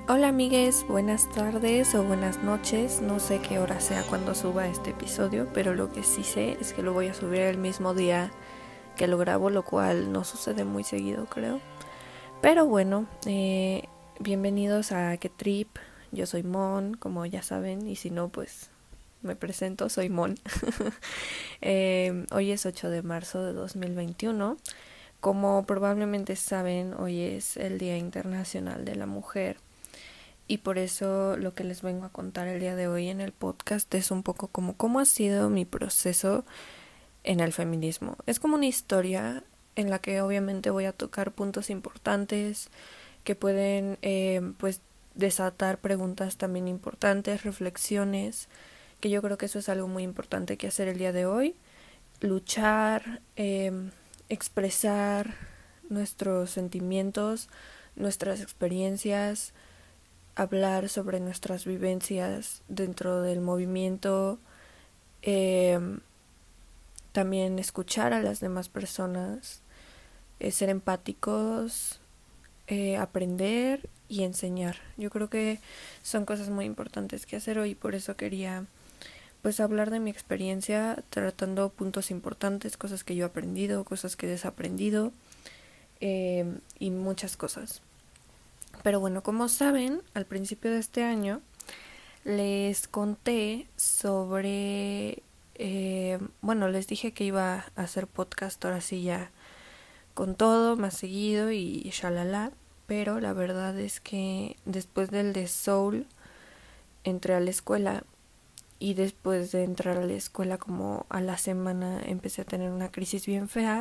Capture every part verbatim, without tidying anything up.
Hola amigues, buenas tardes o buenas noches, no sé qué hora sea cuando suba este episodio, pero lo que sí sé es que lo voy a subir el mismo día que lo grabo, lo cual no sucede muy seguido, creo. Pero bueno, eh, bienvenidos a Que Trip, yo soy Mon, como ya saben, y si no, pues me presento, soy Mon. eh, hoy es ocho de marzo de dos mil veintiuno. Como probablemente saben, hoy es el Día Internacional de la Mujer. Y por eso lo que les vengo a contar el día de hoy en el podcast es un poco como cómo ha sido mi proceso en el feminismo. Es como una historia en la que obviamente voy a tocar puntos importantes que pueden eh, pues desatar preguntas también importantes, reflexiones, que yo creo que eso es algo muy importante que hacer el día de hoy. Luchar, eh, expresar nuestros sentimientos, nuestras experiencias, hablar sobre nuestras vivencias dentro del movimiento, eh, también escuchar a las demás personas, eh, ser empáticos, eh, aprender y enseñar. Yo creo que son cosas muy importantes que hacer hoy, por eso quería pues hablar de mi experiencia tratando puntos importantes, cosas que yo he aprendido, cosas que he desaprendido eh, y muchas cosas. Pero bueno, como saben, al principio de este año les conté sobre, eh, bueno, les dije que iba a hacer podcast ahora sí ya con todo, más seguido y shalala, pero la verdad es que después del de Soul entré a la escuela y después de entrar a la escuela como a la semana empecé a tener una crisis bien fea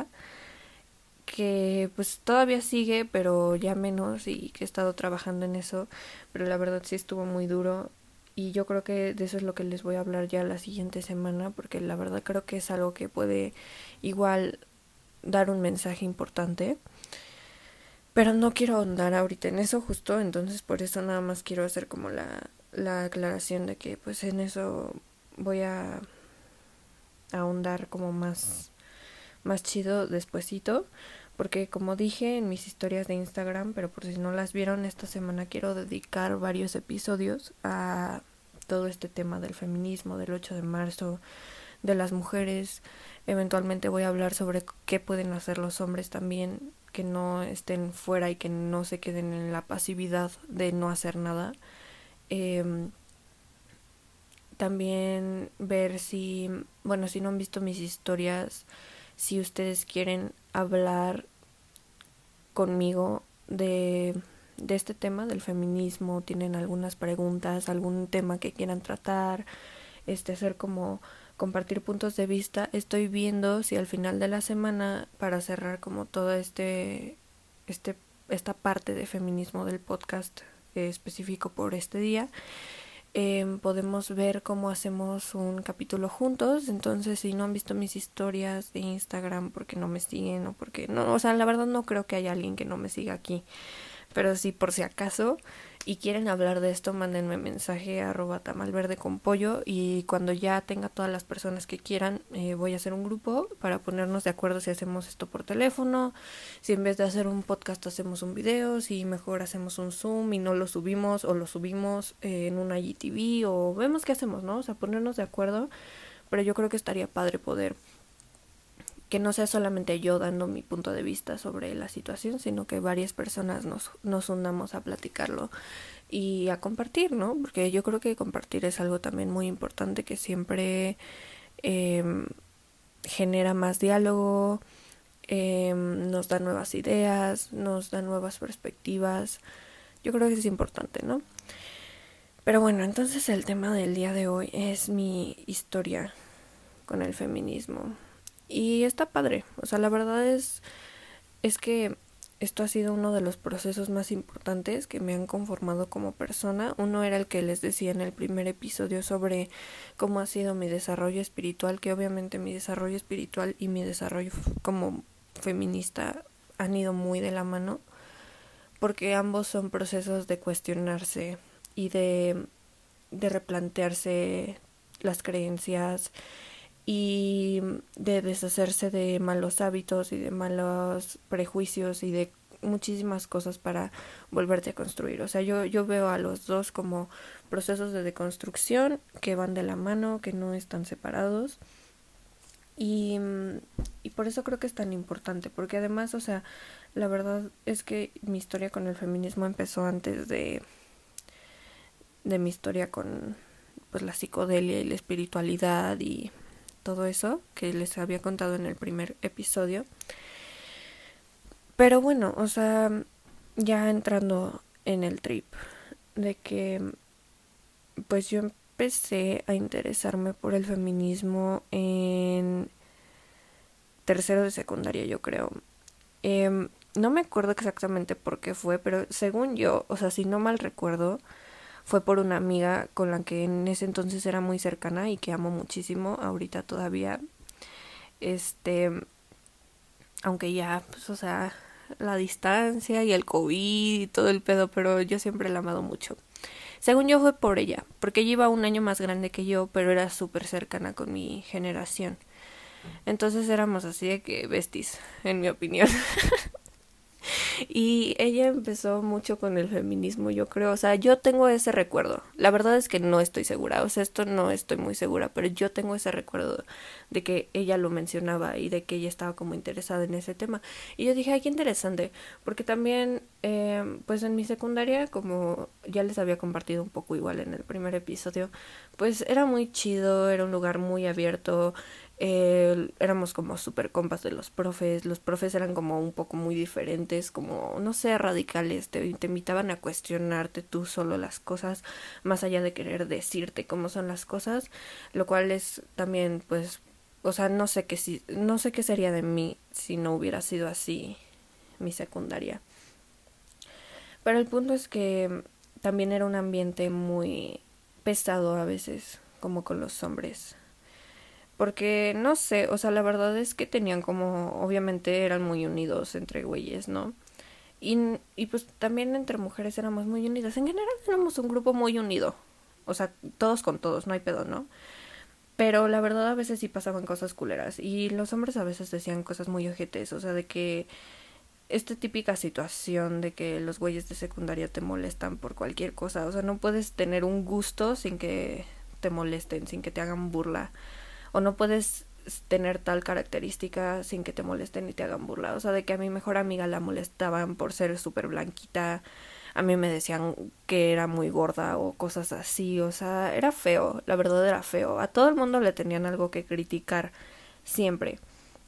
que pues todavía sigue, pero ya menos, y que he estado trabajando en eso, pero la verdad sí estuvo muy duro y yo creo que de eso es lo que les voy a hablar ya la siguiente semana, porque la verdad creo que es algo que puede igual dar un mensaje importante, pero no quiero ahondar ahorita en eso justo, entonces por eso nada más quiero hacer como la, la aclaración de que pues en eso voy a ahondar como más más chido despuesito, porque como dije en mis historias de Instagram, pero por si no las vieron, esta semana quiero dedicar varios episodios a todo este tema del feminismo, del ocho de marzo, de las mujeres. Eventualmente voy a hablar sobre qué pueden hacer los hombres también, que no estén fuera y que no se queden en la pasividad de no hacer nada. Eh, también ver si, bueno, si no han visto mis historias, si ustedes quieren hablar conmigo de, de este tema del feminismo, tienen algunas preguntas, algún tema que quieran tratar, este hacer como compartir puntos de vista, estoy viendo si al final de la semana, para cerrar como todo este este esta parte de feminismo del podcast eh, específico por este día, eh, podemos ver cómo hacemos un capítulo juntos. Entonces si no han visto mis historias de Instagram porque no me siguen o porque no, o sea, la verdad no creo que haya alguien que no me siga aquí, pero sí por si acaso y quieren hablar de esto, mándenme mensaje a arroba tamalverde con pollo, y cuando ya tenga todas las personas que quieran, eh, voy a hacer un grupo para ponernos de acuerdo si hacemos esto por teléfono, si en vez de hacer un podcast hacemos un video, si mejor hacemos un Zoom y no lo subimos o lo subimos eh, en una I G T V, o vemos qué hacemos, ¿no? O sea, ponernos de acuerdo, pero yo creo que estaría padre poder que no sea solamente yo dando mi punto de vista sobre la situación, sino que varias personas nos, nos unamos a platicarlo y a compartir, ¿no? Porque yo creo que compartir es algo también muy importante, que siempre eh, genera más diálogo, eh, nos da nuevas ideas, nos da nuevas perspectivas. Yo creo que es importante, ¿no? Pero bueno, entonces el tema del día de hoy es mi historia con el feminismo. Y está padre, o sea, la verdad es, es que esto ha sido uno de los procesos más importantes que me han conformado como persona. Uno era el que les decía en el primer episodio sobre cómo ha sido mi desarrollo espiritual, que obviamente mi desarrollo espiritual y mi desarrollo como feminista han ido muy de la mano, porque ambos son procesos de cuestionarse y de, de replantearse las creencias y de deshacerse de malos hábitos y de malos prejuicios y de muchísimas cosas para volverte a construir. O sea, yo, yo veo a los dos como procesos de deconstrucción que van de la mano, que no están separados. Y, y por eso creo que es tan importante, porque además, o sea, la verdad es que mi historia con el feminismo empezó antes de, de mi historia con pues la psicodelia y la espiritualidad y todo eso que les había contado en el primer episodio. Pero bueno, o sea, ya entrando en el trip de que pues yo empecé a interesarme por el feminismo en tercero de secundaria, yo creo. Eh, no me acuerdo exactamente por qué fue, pero según yo, o sea, si no mal recuerdo, fue por una amiga con la que en ese entonces era muy cercana y que amo muchísimo, ahorita todavía. Este, aunque ya, pues, o sea, la distancia y el COVID y todo el pedo, pero yo siempre la he amado mucho. Según yo fue por ella, porque ella iba un año más grande que yo, pero era súper cercana con mi generación. Entonces éramos así de que besties, en mi opinión. Y ella empezó mucho con el feminismo, yo creo. O sea, yo tengo ese recuerdo. La verdad es que no estoy segura. O sea, esto no estoy muy segura, pero yo tengo ese recuerdo de que ella lo mencionaba y de que ella estaba como interesada en ese tema. Y yo dije, ay, qué interesante. Porque también, eh, pues en mi secundaria, como ya les había compartido un poco igual en el primer episodio, pues era muy chido, era un lugar muy abierto. Eh, éramos como super compas de los profes, los profes eran como un poco muy diferentes, como no sé, radicales, te, te invitaban a cuestionarte tú solo las cosas, más allá de querer decirte cómo son las cosas, lo cual es también pues, o sea, no sé qué si, no sé qué sería de mí si no hubiera sido así mi secundaria. Pero el punto es que también era un ambiente muy pesado a veces, como con los hombres. Porque, no sé, o sea, la verdad es que tenían como, obviamente eran muy unidos entre güeyes, ¿no? Y, y pues también entre mujeres éramos muy unidas. En general éramos un grupo muy unido. O sea, todos con todos, no hay pedo, ¿no? Pero la verdad a veces sí pasaban cosas culeras. Y los hombres a veces decían cosas muy ojetes. O sea, de que esta típica situación de que los güeyes de secundaria te molestan por cualquier cosa. O sea, no puedes tener un gusto sin que te molesten, sin que te hagan burla. O no puedes tener tal característica sin que te molesten y te hagan burla. O sea, de que a mi mejor amiga la molestaban por ser súper blanquita, a mí me decían que era muy gorda o cosas así. O sea, era feo, la verdad era feo. A todo el mundo le tenían algo que criticar siempre.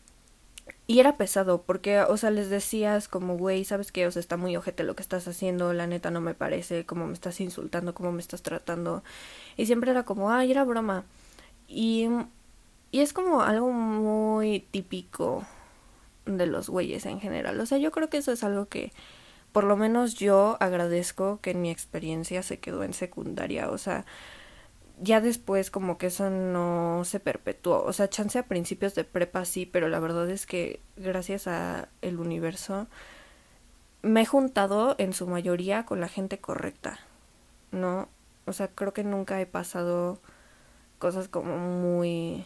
Y era pesado porque, o sea, les decías como, güey, ¿sabes qué? O sea, está muy ojete lo que estás haciendo, la neta no me parece, cómo me estás insultando, cómo me estás tratando. Y siempre era como, ay, era broma. Y Y es como algo muy típico de los güeyes en general. O sea, yo creo que eso es algo que por lo menos yo agradezco que en mi experiencia se quedó en secundaria. O sea, ya después como que eso no se perpetuó. O sea, chance a principios de prepa sí, pero la verdad es que gracias a el universo me he juntado en su mayoría con la gente correcta, ¿no? O sea, creo que nunca he pasado cosas como muy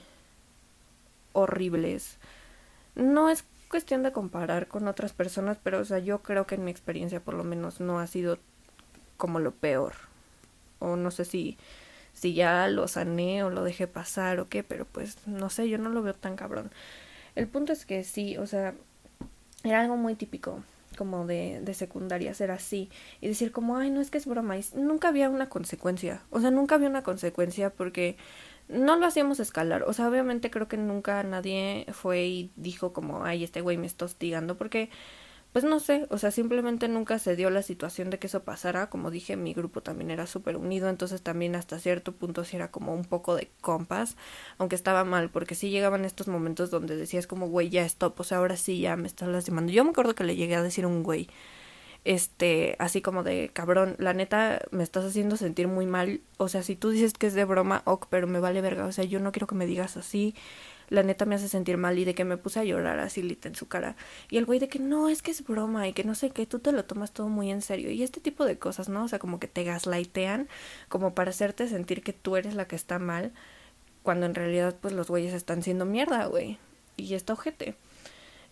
horribles. No es cuestión de comparar con otras personas, pero o sea, yo creo que en mi experiencia por lo menos no ha sido como lo peor. O no sé si si ya lo sané o lo dejé pasar o qué, pero pues no sé, yo no lo veo tan cabrón. El punto es que sí, o sea, era algo muy típico como de, de secundaria ser así y decir como, ay, no, es que es broma, y nunca había una consecuencia, o sea, nunca había una consecuencia porque no lo hacíamos escalar. O sea, obviamente creo que nunca nadie fue y dijo como, ay, este güey me está hostigando, porque, pues no sé, o sea, simplemente nunca se dio la situación de que eso pasara. Como dije, mi grupo también era súper unido, entonces también hasta cierto punto sí era como un poco de compas, aunque estaba mal, porque sí llegaban estos momentos donde decías como, güey, ya stop, o sea, ahora sí ya me estás lastimando. Yo me acuerdo que le llegué a decir a un güey, este, así como de, cabrón, la neta me estás haciendo sentir muy mal. O sea, si tú dices que es de broma, ok, pero me vale verga. O sea, yo no quiero que me digas así, la neta me hace sentir mal. Y de que me puse a llorar así lita en su cara. Y el güey de que no, es que es broma y que no sé qué, tú te lo tomas todo muy en serio. Y este tipo de cosas, ¿no? O sea, como que te gaslightean como para hacerte sentir que tú eres la que está mal, cuando en realidad pues los güeyes están siendo mierda, güey. Y está ojete.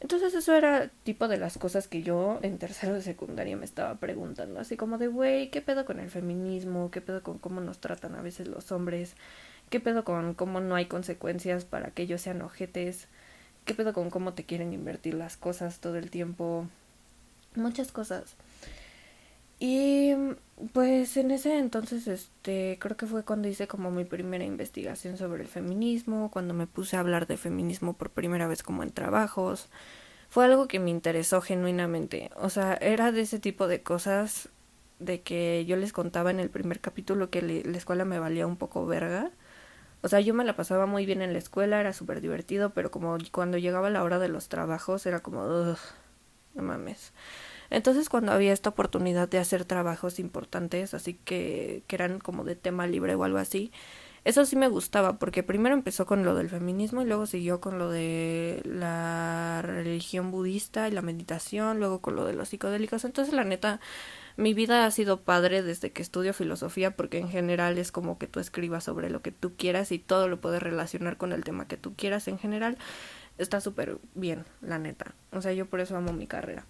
Entonces eso era tipo de las cosas que yo en tercero de secundaria me estaba preguntando, así como de, güey, ¿qué pedo con el feminismo? ¿Qué pedo con cómo nos tratan a veces los hombres? ¿Qué pedo con cómo no hay consecuencias para que ellos sean ojetes? ¿Qué pedo con cómo te quieren invertir las cosas todo el tiempo? Muchas cosas. Y pues en ese entonces, este, creo que fue cuando hice como mi primera investigación sobre el feminismo, cuando me puse a hablar de feminismo por primera vez como en trabajos. Fue algo que me interesó genuinamente. O sea, era de ese tipo de cosas de que yo les contaba en el primer capítulo que le, la escuela me valía un poco verga. O sea, yo me la pasaba muy bien en la escuela, era súper divertido, pero como cuando llegaba la hora de los trabajos era como, ugh, no mames. Entonces cuando había esta oportunidad de hacer trabajos importantes, así que, que eran como de tema libre o algo así, eso sí me gustaba, porque primero empezó con lo del feminismo y luego siguió con lo de la religión budista y la meditación, luego con lo de los psicodélicos. Entonces, la neta, mi vida ha sido padre desde que estudio filosofía, porque en general es como que tú escribas sobre lo que tú quieras y todo lo puedes relacionar con el tema que tú quieras en general. Está súper bien, la neta. O sea, yo por eso amo mi carrera.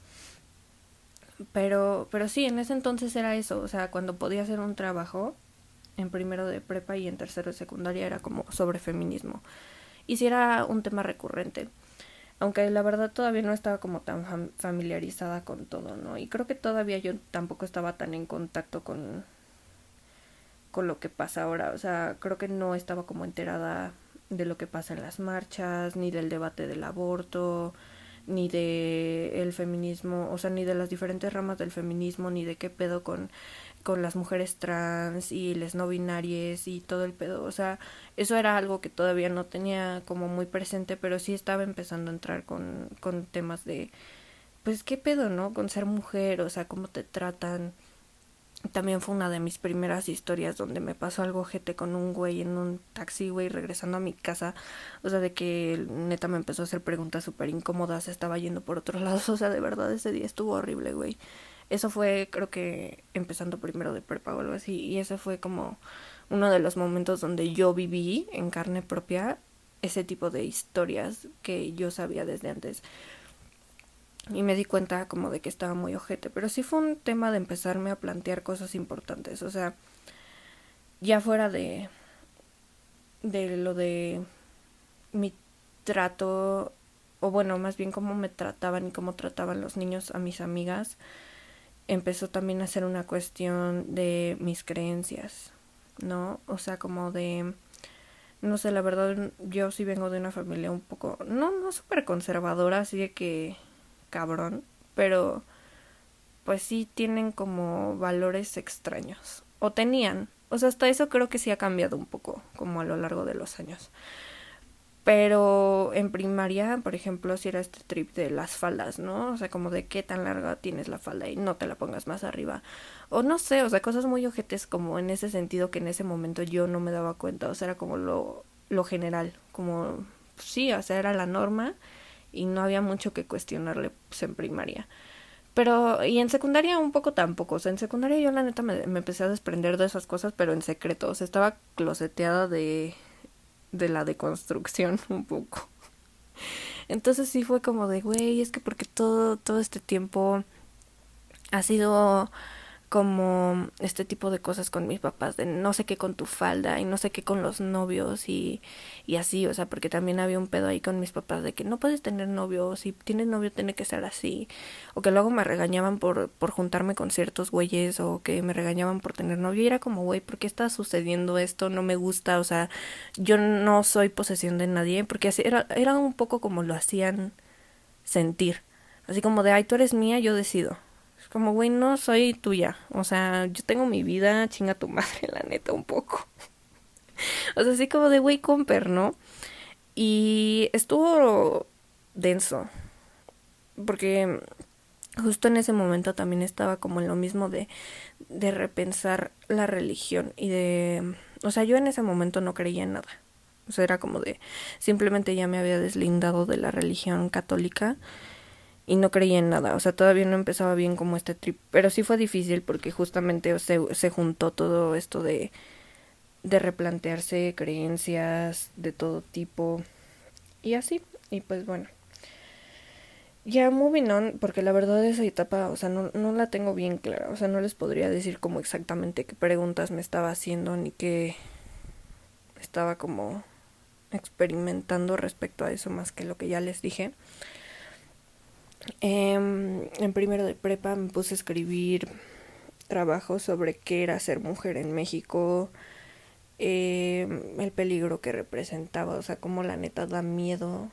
Pero, pero sí, en ese entonces era eso. O sea, cuando podía hacer un trabajo en primero de prepa y en tercero de secundaria era como sobre feminismo. Y sí era un tema recurrente. Aunque la verdad todavía no estaba como tan fam- familiarizada con todo, ¿no? Y creo que todavía yo tampoco estaba tan en contacto con, con lo que pasa ahora. O sea, creo que no estaba como enterada de lo que pasa en las marchas, ni del debate del aborto, ni de el feminismo, o sea, ni de las diferentes ramas del feminismo, ni de qué pedo con, con las mujeres trans y les no binarias y todo el pedo. O sea, eso era algo que todavía no tenía como muy presente, pero sí estaba empezando a entrar con, con temas de, pues, qué pedo, ¿no? Con ser mujer, o sea, cómo te tratan. También fue una de mis primeras historias donde me pasó algo jete con un güey en un taxi, güey, regresando a mi casa. O sea, de que neta me empezó a hacer preguntas súper incómodas, estaba yendo por otros lados. O sea, de verdad ese día estuvo horrible, güey. Eso fue, creo que empezando primero de prepa o algo así. Y ese fue como uno de los momentos donde yo viví en carne propia ese tipo de historias que yo sabía desde antes. Y me di cuenta como de que estaba muy ojete. Pero sí fue un tema de empezarme a plantear cosas importantes. O sea, ya fuera de, de lo de mi trato, o bueno, más bien cómo me trataban y cómo trataban los niños a mis amigas, empezó también a ser una cuestión de mis creencias, ¿no? O sea, como de, no sé, la verdad, yo sí vengo de una familia un poco, no, no súper conservadora, así de que cabrón, pero pues sí tienen como valores extraños, o tenían, o sea, hasta eso creo que sí ha cambiado un poco, como a lo largo de los años. Pero en primaria, por ejemplo, si era este trip de las faldas, ¿no? O sea, como de qué tan larga tienes la falda y no te la pongas más arriba. O no sé, o sea, cosas muy ojetes como en ese sentido que en ese momento yo no me daba cuenta. O sea, era como lo, lo general, como pues, sí, o sea, era la norma y no había mucho que cuestionarle pues, en primaria. Pero, y en secundaria un poco tampoco. O sea, en secundaria yo la neta me, me empecé a desprender de esas cosas, pero en secreto. O sea, estaba closeteada de de la deconstrucción un poco. Entonces sí fue como de, güey, es que porque todo, todo este tiempo ha sido como este tipo de cosas con mis papás, de no sé qué con tu falda y no sé qué con los novios y, y así, o sea, porque también había un pedo ahí con mis papás de que no puedes tener novio, si tienes novio tiene que ser así, o que luego me regañaban por, por juntarme con ciertos güeyes o que me regañaban por tener novio y era como, güey, ¿por qué está sucediendo esto? No me gusta, o sea, yo no soy posesión de nadie, porque así era, era un poco como lo hacían sentir, así como de, ay, tú eres mía, yo decido. Como, güey, no soy tuya. O sea, yo tengo mi vida, chinga tu madre, la neta, un poco. O sea, así como de, güey, comper, ¿no? Y estuvo denso. Porque justo en ese momento también estaba como en lo mismo de, de repensar la religión. Y de. O sea, yo en ese momento no creía en nada. O sea, era como de. Simplemente ya me había deslindado de la religión católica y no creía en nada, o sea, todavía no empezaba bien como este trip, pero sí fue difícil porque justamente se, se juntó todo esto de, de replantearse creencias de todo tipo y así, y pues bueno, ya moving on, porque la verdad esa etapa, o sea, no, no la tengo bien clara, o sea, no les podría decir como exactamente qué preguntas me estaba haciendo ni qué estaba como experimentando respecto a eso más que lo que ya les dije. Eh, en primero de prepa me puse a escribir trabajos sobre qué era ser mujer en México, eh, el peligro que representaba, o sea, cómo la neta da miedo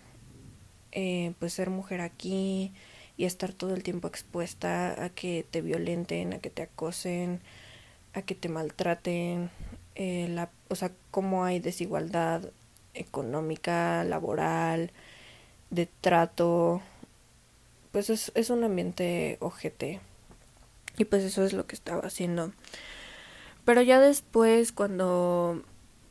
eh, pues ser mujer aquí y estar todo el tiempo expuesta a que te violenten, a que te acosen, a que te maltraten, eh, la, o sea, cómo hay desigualdad económica, laboral, de trato, pues es, es un ambiente ojete. Y pues eso es lo que estaba haciendo. Pero ya después, cuando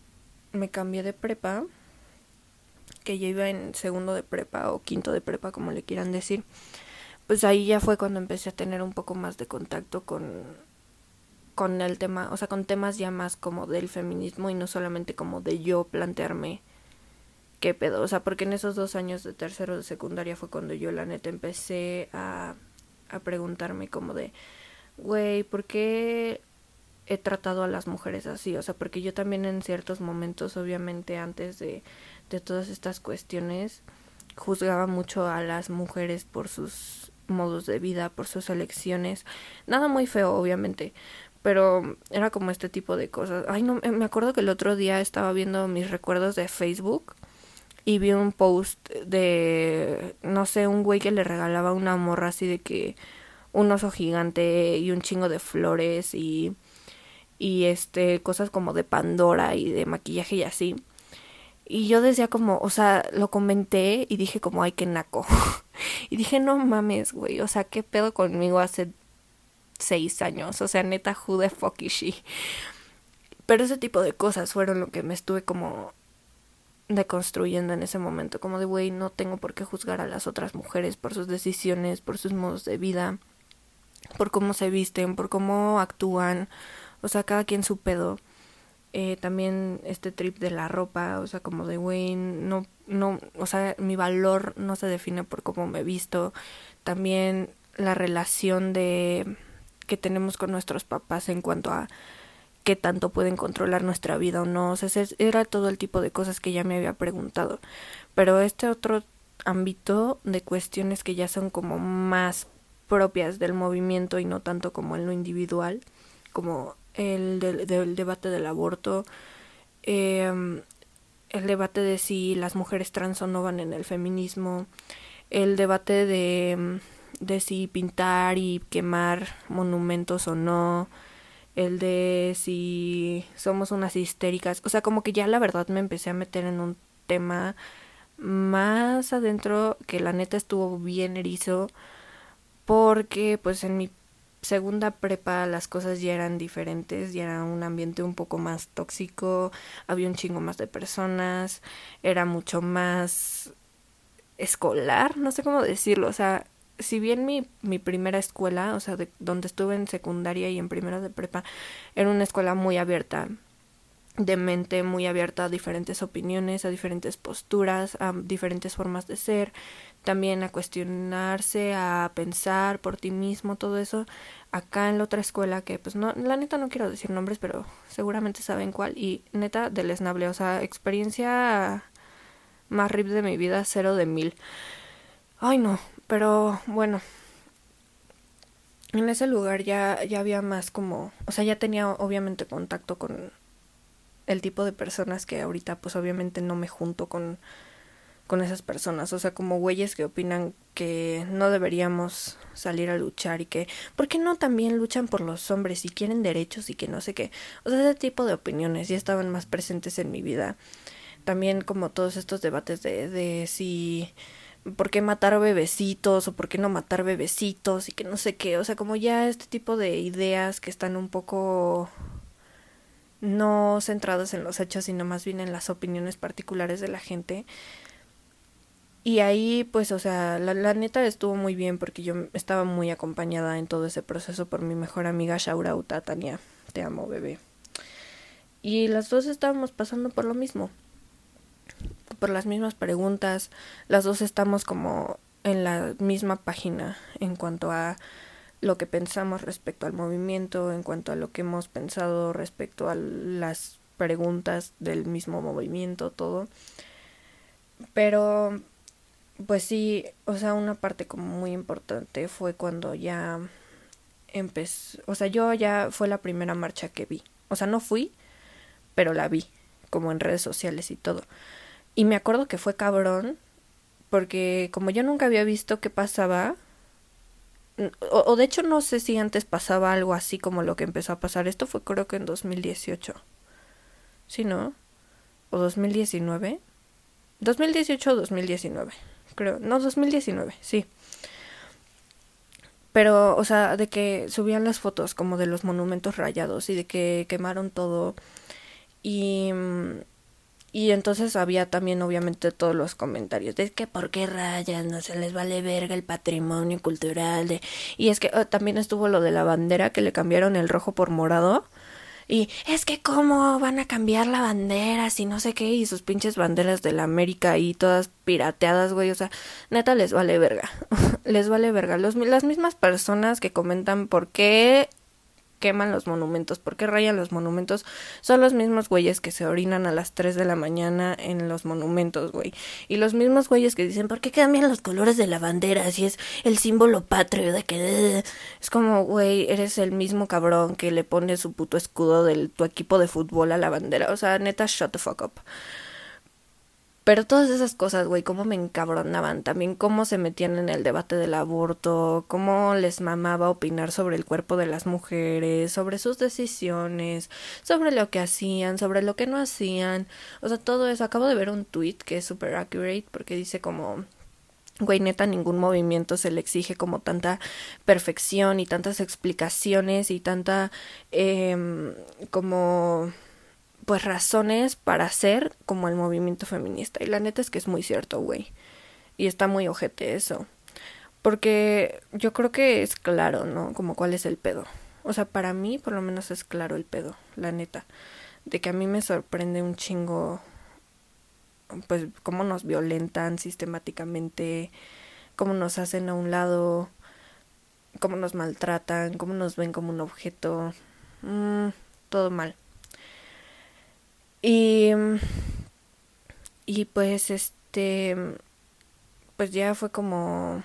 me cambié de prepa, que ya iba en segundo de prepa o quinto de prepa, como le quieran decir, pues ahí ya fue cuando empecé a tener un poco más de contacto con, con el tema, o sea, con temas ya más como del feminismo y no solamente como de yo plantearme qué pedo, o sea, porque en esos dos años de tercero de secundaria fue cuando yo la neta empecé a, a preguntarme como de, güey, ¿por qué he tratado a las mujeres así? O sea, porque yo también en ciertos momentos, obviamente antes de, de todas estas cuestiones, juzgaba mucho a las mujeres por sus modos de vida, por sus elecciones. Nada muy feo, obviamente, pero era como este tipo de cosas. Ay, no, me acuerdo que el otro día estaba viendo mis recuerdos de Facebook y vi un post de, no sé, un güey que le regalaba una morra así de que un oso gigante y un chingo de flores y y este cosas como de Pandora y de maquillaje y así. Y yo decía como, o sea, lo comenté y dije como, ay, qué naco. Y dije, no mames, güey, o sea, qué pedo conmigo hace seis años. O sea, neta, who the fuck is she? Pero ese tipo de cosas fueron lo que me estuve como deconstruyendo en ese momento. Como de, güey, no tengo por qué juzgar a las otras mujeres por sus decisiones, por sus modos de vida, por cómo se visten, por cómo actúan. O sea, cada quien su pedo. Eh, también este trip de la ropa, o sea, como de, güey, no, no, o sea, mi valor no se define por cómo me visto. También la relación de que tenemos con nuestros papás en cuanto a qué tanto pueden controlar nuestra vida o no. O sea, ese era todo el tipo de cosas que ya me había preguntado. Pero este otro ámbito de cuestiones que ya son como más propias del movimiento y no tanto como en lo individual, como el del, del debate del aborto, eh, el debate de si las mujeres trans o no van en el feminismo, el debate de, de si pintar y quemar monumentos o no, el de si somos unas histéricas, o sea, como que ya la verdad me empecé a meter en un tema más adentro que la neta estuvo bien erizo, porque pues en mi segunda prepa las cosas ya eran diferentes, ya era un ambiente un poco más tóxico, había un chingo más de personas, era mucho más escolar, no sé cómo decirlo, o sea, si bien mi, mi primera escuela, o sea, de, donde estuve en secundaria y en primero de prepa, era una escuela muy abierta, de mente muy abierta a diferentes opiniones, a diferentes posturas, a diferentes formas de ser, también a cuestionarse, a pensar por ti mismo, todo eso. Acá en la otra escuela, que pues no, la neta no quiero decir nombres, pero seguramente saben cuál, y neta deleznable, o sea, experiencia más rip de mi vida, cero de mil. Ay no, pero bueno, en ese lugar ya, ya había más como, o sea, ya tenía obviamente contacto con el tipo de personas que ahorita pues obviamente no me junto con, con esas personas, o sea, como güeyes que opinan que no deberíamos salir a luchar y que, ¿por qué no también luchan por los hombres y quieren derechos y que no sé qué? O sea, ese tipo de opiniones ya estaban más presentes en mi vida. También como todos estos debates de, de si, ¿por qué matar bebecitos o por qué no matar bebecitos y que no sé qué? O sea, como ya este tipo de ideas que están un poco no centradas en los hechos, sino más bien en las opiniones particulares de la gente. Y ahí, pues, o sea, la, la neta estuvo muy bien porque yo estaba muy acompañada en todo ese proceso por mi mejor amiga Shaurauta, Tania. Te amo, bebé. Y las dos estábamos pasando por lo mismo, por las mismas preguntas. Las dos estamos como en la misma página en cuanto a lo que pensamos respecto al movimiento, en cuanto a lo que hemos pensado respecto a las preguntas del mismo movimiento, todo. Pero pues sí, o sea, una parte como muy importante fue cuando ya empezó, o sea, yo ya fue la primera marcha que vi. O sea, no fui, pero la vi, como en redes sociales y todo. Y me acuerdo que fue cabrón, porque como yo nunca había visto qué pasaba, o, o de hecho no sé si antes pasaba algo así como lo que empezó a pasar. Esto fue creo que en dos mil dieciocho. ¿Sí, no? ¿O dos mil diecinueve? dos mil dieciocho o dos mil diecinueve. Creo. No, dos mil diecinueve, sí. Pero, o sea, de que subían las fotos como de los monumentos rayados y de que quemaron todo. Y... Y entonces había también obviamente todos los comentarios de que por qué rayan, no se les vale verga el patrimonio cultural de... Y es que oh, también estuvo lo de la bandera, que le cambiaron el rojo por morado. Y es que cómo van a cambiar la bandera si no sé qué, y sus pinches banderas de la América ahí todas pirateadas, güey, o sea, neta les vale verga. Les vale verga. Los, las mismas personas que comentan por qué queman los monumentos, por qué rayan los monumentos, son los mismos güeyes que se orinan a las tres de la mañana en los monumentos, güey. Y los mismos güeyes que dicen, ¿por qué cambian los colores de la bandera si es el símbolo patrio de que... Es como, güey, eres el mismo cabrón que le pone su puto escudo de tu equipo de fútbol a la bandera. O sea, neta, shut the fuck up. Pero todas esas cosas, güey, cómo me encabronaban. También cómo se metían en el debate del aborto, cómo les mamaba opinar sobre el cuerpo de las mujeres, sobre sus decisiones, sobre lo que hacían, sobre lo que no hacían. O sea, todo eso. Acabo de ver un tweet que es super accurate porque dice como... Güey, neta, ningún movimiento se le exige como tanta perfección y tantas explicaciones y tanta... Eh, como... pues razones para hacer como el movimiento feminista. Y la neta es que es muy cierto, güey. Y está muy ojete eso. Porque yo creo que es claro, ¿no? Como cuál es el pedo. O sea, para mí por lo menos es claro el pedo, la neta. De que a mí me sorprende un chingo, pues, cómo nos violentan sistemáticamente, cómo nos hacen a un lado, cómo nos maltratan, cómo nos ven como un objeto. Mm, todo mal. Y, y pues este, pues ya fue como...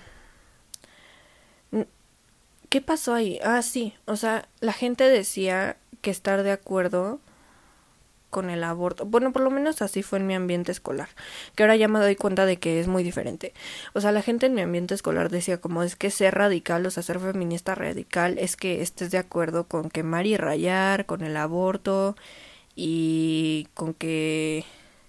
¿Qué pasó ahí? Ah, sí, o sea, la gente decía que estar de acuerdo con el aborto, bueno, por lo menos así fue en mi ambiente escolar, que ahora ya me doy cuenta de que es muy diferente. O sea, la gente en mi ambiente escolar decía como es que ser radical, o sea, ser feminista radical es que estés de acuerdo con quemar y rayar, con el aborto y con que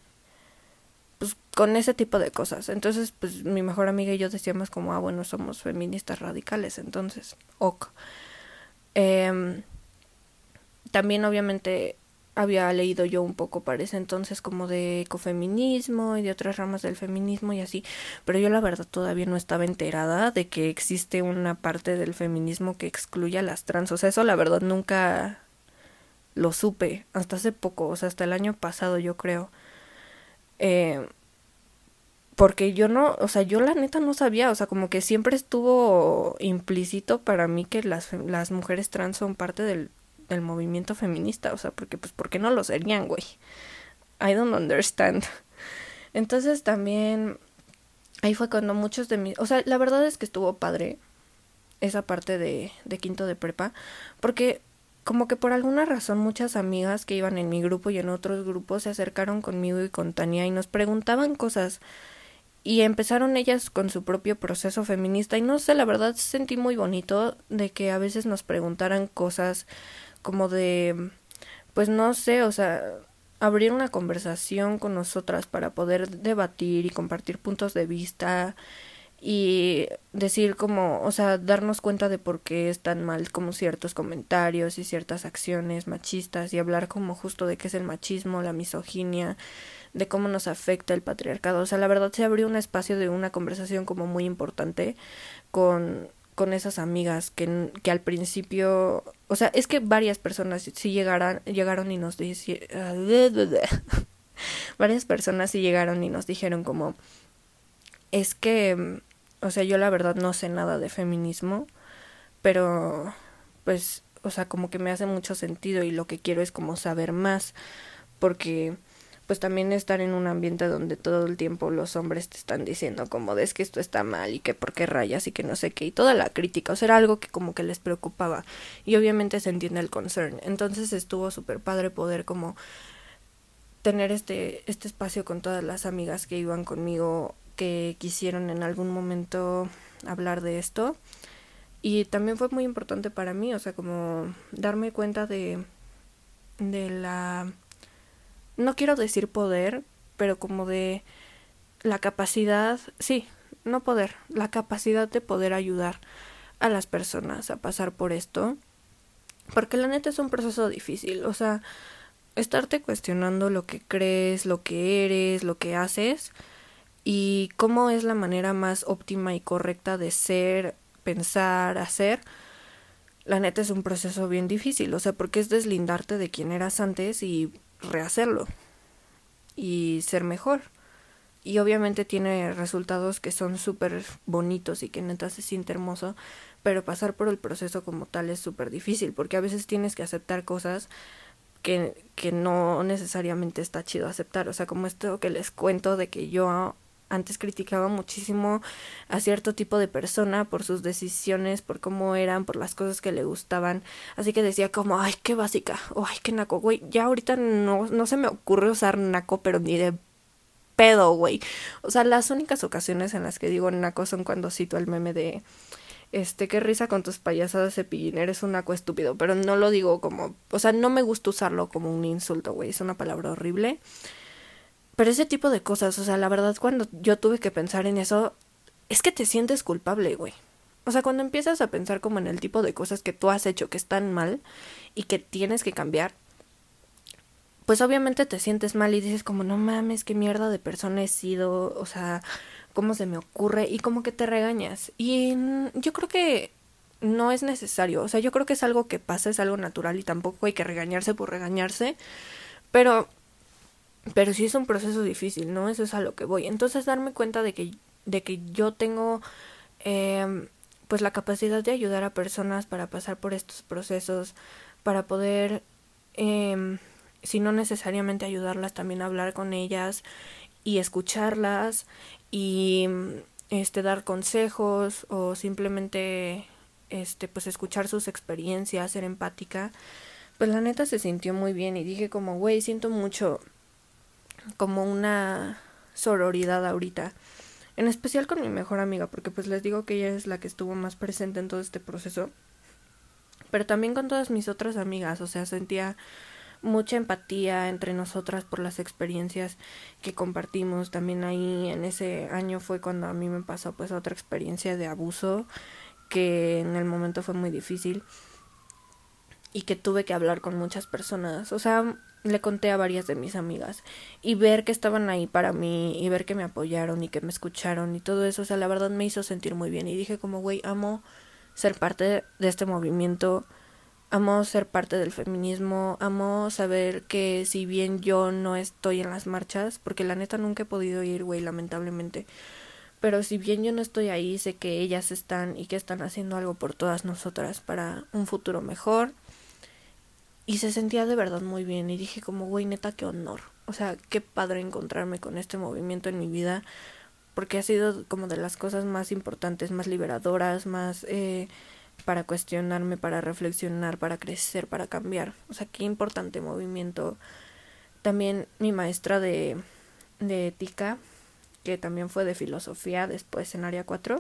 pues con ese tipo de cosas. Entonces pues mi mejor amiga y yo decíamos como ah bueno, somos feministas radicales, entonces ok. eh, también obviamente había leído yo un poco para ese entonces como de ecofeminismo y de otras ramas del feminismo y así, pero yo la verdad todavía no estaba enterada de que existe una parte del feminismo que excluye a las trans. O sea, eso la verdad nunca lo supe hasta hace poco, o sea, hasta el año pasado yo creo. Eh, porque yo no, o sea, yo la neta no sabía, o sea, como que siempre estuvo implícito para mí que las, las mujeres trans son parte del, del movimiento feminista, o sea, porque pues, ¿por qué no lo serían, güey? I don't understand. Entonces también, ahí fue cuando muchos de mis, o sea, la verdad es que estuvo padre esa parte de, de quinto de prepa, porque como que por alguna razón muchas amigas que iban en mi grupo y en otros grupos se acercaron conmigo y con Tania y nos preguntaban cosas y empezaron ellas con su propio proceso feminista y no sé, la verdad sentí muy bonito de que a veces nos preguntaran cosas como de, pues no sé, o sea, abrir una conversación con nosotras para poder debatir y compartir puntos de vista y decir como, o sea, darnos cuenta de por qué están mal como ciertos comentarios y ciertas acciones machistas y hablar como justo de qué es el machismo, la misoginia, de cómo nos afecta el patriarcado. O sea, la verdad se abrió un espacio de una conversación como muy importante con, con esas amigas que, que al principio, o sea, es que varias personas sí llegaron, llegaron y nos dijeron, varias personas sí llegaron y nos dijeron como, es que o sea, yo la verdad no sé nada de feminismo, pero pues, o sea, como que me hace mucho sentido y lo que quiero es como saber más, porque pues también estar en un ambiente donde todo el tiempo los hombres te están diciendo como de es que esto está mal y que por qué rayas y que no sé qué y toda la crítica, o sea, era algo que como que les preocupaba y obviamente se entiende el concern, entonces estuvo súper padre poder como tener este, este espacio con todas las amigas que iban conmigo que quisieron en algún momento hablar de esto y también fue muy importante para mí, o sea, como darme cuenta de, de la no quiero decir poder, pero como de la capacidad, sí, no poder, la capacidad de poder ayudar a las personas a pasar por esto, porque la neta es un proceso difícil, o sea, estarte cuestionando lo que crees, lo que eres, lo que haces y cómo es la manera más óptima y correcta de ser, pensar, hacer, la neta es un proceso bien difícil, o sea, porque es deslindarte de quién eras antes y rehacerlo y ser mejor. Y obviamente tiene resultados que son súper bonitos y que neta se siente hermoso, pero pasar por el proceso como tal es súper difícil, porque a veces tienes que aceptar cosas que, que no necesariamente está chido aceptar, o sea, como esto que les cuento de que yo antes criticaba muchísimo a cierto tipo de persona por sus decisiones, por cómo eran, por las cosas que le gustaban, así que decía como, ay, qué básica, o ay, qué naco, güey, ya ahorita no, no se me ocurre usar naco, pero ni de pedo, güey. O sea, las únicas ocasiones en las que digo naco son cuando cito el meme de este, qué risa con tus payasadas, Cepillín, eres un naco estúpido, pero no lo digo como, o sea, no me gusta usarlo como un insulto, güey, es una palabra horrible. Pero ese tipo de cosas, o sea, la verdad cuando yo tuve que pensar en eso, es que te sientes culpable, güey. O sea, cuando empiezas a pensar como en el tipo de cosas que tú has hecho que están mal y que tienes que cambiar, pues obviamente te sientes mal y dices como, no mames, qué mierda de persona he sido, o sea, cómo se me ocurre y como que te regañas. Y yo creo que no es necesario, o sea, yo creo que es algo que pasa, es algo natural y tampoco hay que regañarse por regañarse, pero pero sí es un proceso difícil, ¿no? Eso es a lo que voy. Entonces darme cuenta de que de que yo tengo eh, pues la capacidad de ayudar a personas para pasar por estos procesos, para poder eh, si no necesariamente ayudarlas, también hablar con ellas y escucharlas y este dar consejos o simplemente este pues escuchar sus experiencias, ser empática. Pues la neta se sintió muy bien y dije como, güey, siento mucho como una sororidad ahorita, en especial con mi mejor amiga, porque pues les digo que ella es la que estuvo más presente en todo este proceso, pero también con todas mis otras amigas, o sea, sentía mucha empatía entre nosotras por las experiencias que compartimos. También ahí en ese año fue cuando a mí me pasó pues otra experiencia de abuso que en el momento fue muy difícil y que tuve que hablar con muchas personas, o sea, le conté a varias de mis amigas y ver que estaban ahí para mí y ver que me apoyaron y que me escucharon y todo eso, o sea, la verdad me hizo sentir muy bien y dije como, güey, amo ser parte de este movimiento, amo ser parte del feminismo, amo saber que si bien yo no estoy en las marchas, porque la neta nunca he podido ir, güey, lamentablemente, pero si bien yo no estoy ahí, sé que ellas están y que están haciendo algo por todas nosotras para un futuro mejor. Y se sentía de verdad muy bien y dije como, güey, neta, qué honor. O sea, qué padre encontrarme con este movimiento en mi vida, porque ha sido como de las cosas más importantes, más liberadoras, más eh, para cuestionarme, para reflexionar, para crecer, para cambiar. O sea, qué importante movimiento. También mi maestra de, de ética, que también fue de filosofía después en área cuatro,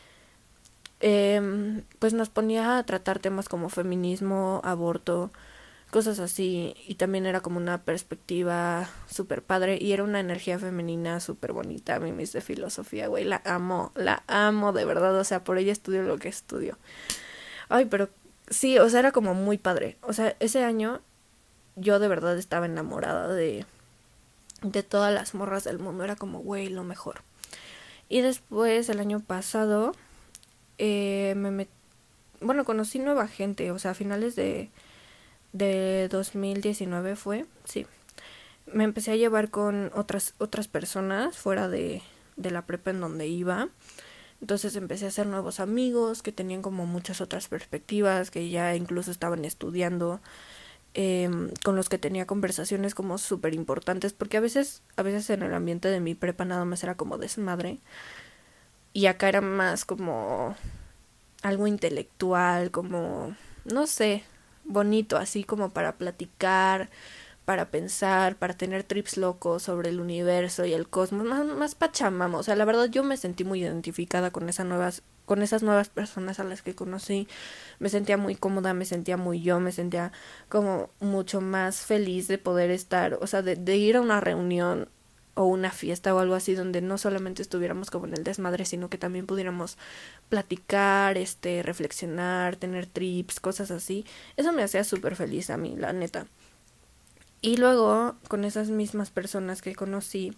eh, pues nos ponía a tratar temas como feminismo, aborto, cosas así, y también era como una perspectiva súper padre y era una energía femenina súper bonita. A mí mis de filosofía, güey, la amo, la amo de verdad, o sea, por ella estudio lo que estudio. Ay, pero sí, o sea, era como muy padre, o sea, ese año yo de verdad estaba enamorada de, de todas las morras del mundo, era como, güey, lo mejor. Y después, el año pasado, eh, me metí, bueno, conocí nueva gente, o sea, a finales de de dos mil diecinueve fue, sí. Me empecé a llevar con otras otras personas fuera de, de la prepa en donde iba. Entonces empecé a hacer nuevos amigos que tenían como muchas otras perspectivas, que ya incluso estaban estudiando, eh, con los que tenía conversaciones como súper importantes, porque a veces, a veces en el ambiente de mi prepa nada más era como desmadre, y acá era más como algo intelectual, como, no sé, bonito, así como para platicar, para pensar, para tener trips locos sobre el universo y el cosmos, más, más pachamama. O sea, la verdad yo me sentí muy identificada con esas nuevas, con esas nuevas personas a las que conocí. Me sentía muy cómoda, me sentía muy yo, me sentía como mucho más feliz de poder estar, o sea, de, de ir a una reunión o una fiesta o algo así donde no solamente estuviéramos como en el desmadre, sino que también pudiéramos platicar, este, reflexionar, tener trips, cosas así. Eso me hacía súper feliz a mí, la neta. Y luego, con esas mismas personas que conocí,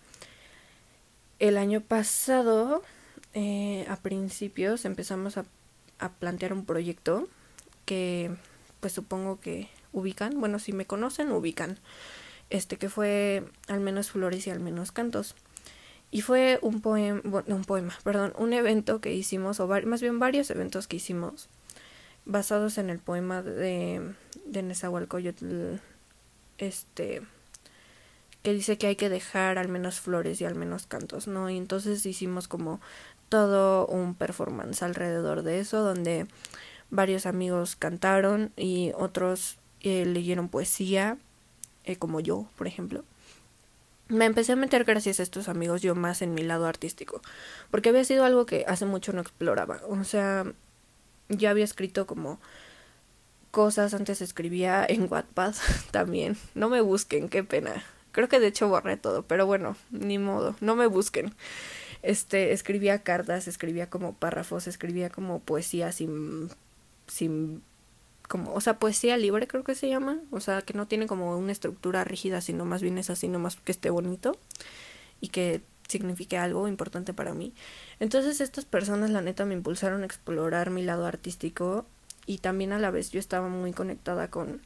el año pasado, eh, a principios, empezamos a, a plantear un proyecto que, pues supongo que ubican, bueno, si me conocen, ubican, este, que fue Al menos flores y al menos cantos. Y fue un poema, bueno, un poema, perdón, un evento que hicimos, o var- más bien varios eventos que hicimos, basados en el poema de, de Nezahualcóyotl, este, que dice que hay que dejar al menos flores y al menos cantos, ¿no? Y entonces hicimos como todo un performance alrededor de eso, donde varios amigos cantaron y otros eh, leyeron poesía, eh, como yo, por ejemplo. Me empecé a meter gracias a estos amigos yo más en mi lado artístico, porque había sido algo que hace mucho no exploraba. O sea, ya había escrito como cosas, antes escribía en Wattpad también. No me busquen, qué pena. Creo que de hecho borré todo, pero bueno, ni modo, no me busquen. Este, escribía cartas, escribía como párrafos, escribía como poesía sin sin como, o sea, poesía libre creo que se llama, o sea, que no tiene como una estructura rígida, sino más bien es así nomás que esté bonito y que signifique algo importante para mí. Entonces estas personas la neta me impulsaron a explorar mi lado artístico y también a la vez yo estaba muy conectada con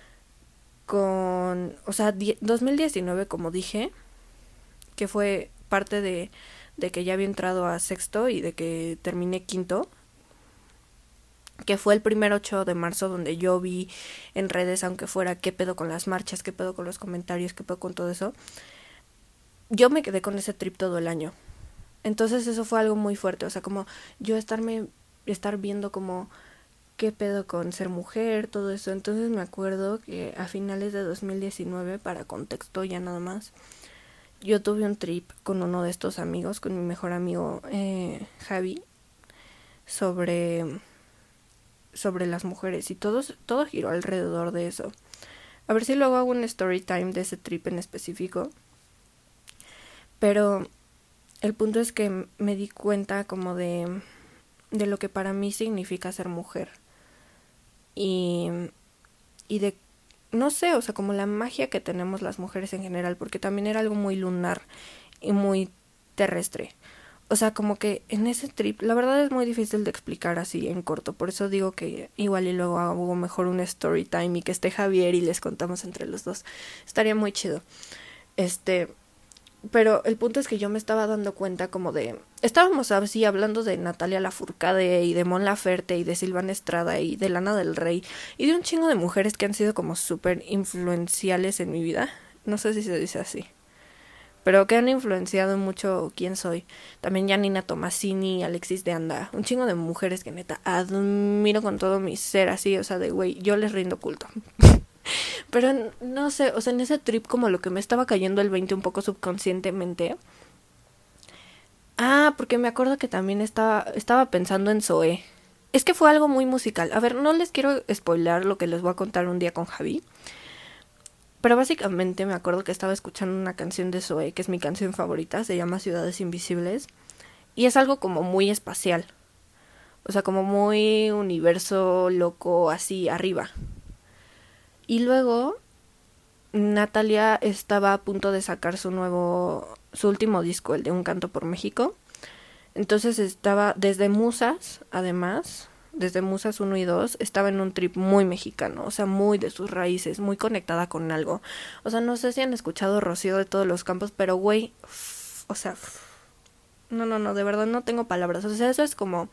con, o sea, dos mil diecinueve, como dije, que fue parte de de que ya había entrado a sexto y de que terminé quinto, que fue el primer ocho de marzo donde yo vi en redes, aunque fuera qué pedo con las marchas, qué pedo con los comentarios, qué pedo con todo eso, yo me quedé con ese trip todo el año. Entonces eso fue algo muy fuerte, o sea, como yo estarme, estar viendo como qué pedo con ser mujer, todo eso. Entonces me acuerdo que a finales de dos mil diecinueve, para contexto ya nada más, yo tuve un trip con uno de estos amigos, con mi mejor amigo eh, Javi, sobre sobre las mujeres y todo, todo giró alrededor de eso. A ver si luego hago un story time de ese trip en específico. Pero el punto es que me di cuenta como de, de lo que para mí significa ser mujer. Y, y de, no sé, o sea, como la magia que tenemos las mujeres en general, porque también era algo muy lunar y muy terrestre. O sea, como que en ese trip, la verdad es muy difícil de explicar así en corto, por eso digo que igual y luego hago mejor un story time y que esté Javier y les contamos entre los dos. Estaría muy chido. Este, pero el punto es que yo me estaba dando cuenta como de, estábamos así hablando de Natalia Lafourcade y de Mon Laferte y de Silvana Estrada y de Lana del Rey y de un chingo de mujeres que han sido como súper influenciales en mi vida. No sé si se dice así, pero que han influenciado mucho quién soy. También Janina Tomasini, Alexis de Anda, un chingo de mujeres que neta admiro con todo mi ser, así, o sea, de güey, yo les rindo culto. Pero no sé, o sea, en ese trip como lo que me estaba cayendo el veinte un poco subconscientemente. Ah, porque me acuerdo que también estaba, estaba pensando en Zoé. Es que fue algo muy musical. A ver, no les quiero spoiler lo que les voy a contar un día con Javi. Pero básicamente me acuerdo que estaba escuchando una canción de Zoé, que es mi canción favorita, se llama Ciudades Invisibles, y es algo como muy espacial, o sea, como muy universo loco, así arriba. Y luego Natalia estaba a punto de sacar su nuevo, su último disco, el de Un Canto por México. Entonces estaba desde Musas, además, desde Musas uno y dos, estaba en un trip muy mexicano, o sea, muy de sus raíces, muy conectada con algo. O sea, no sé si han escuchado Rocío de Todos los Campos, pero güey, o sea, no, no, no, de verdad no tengo palabras. O sea, eso es como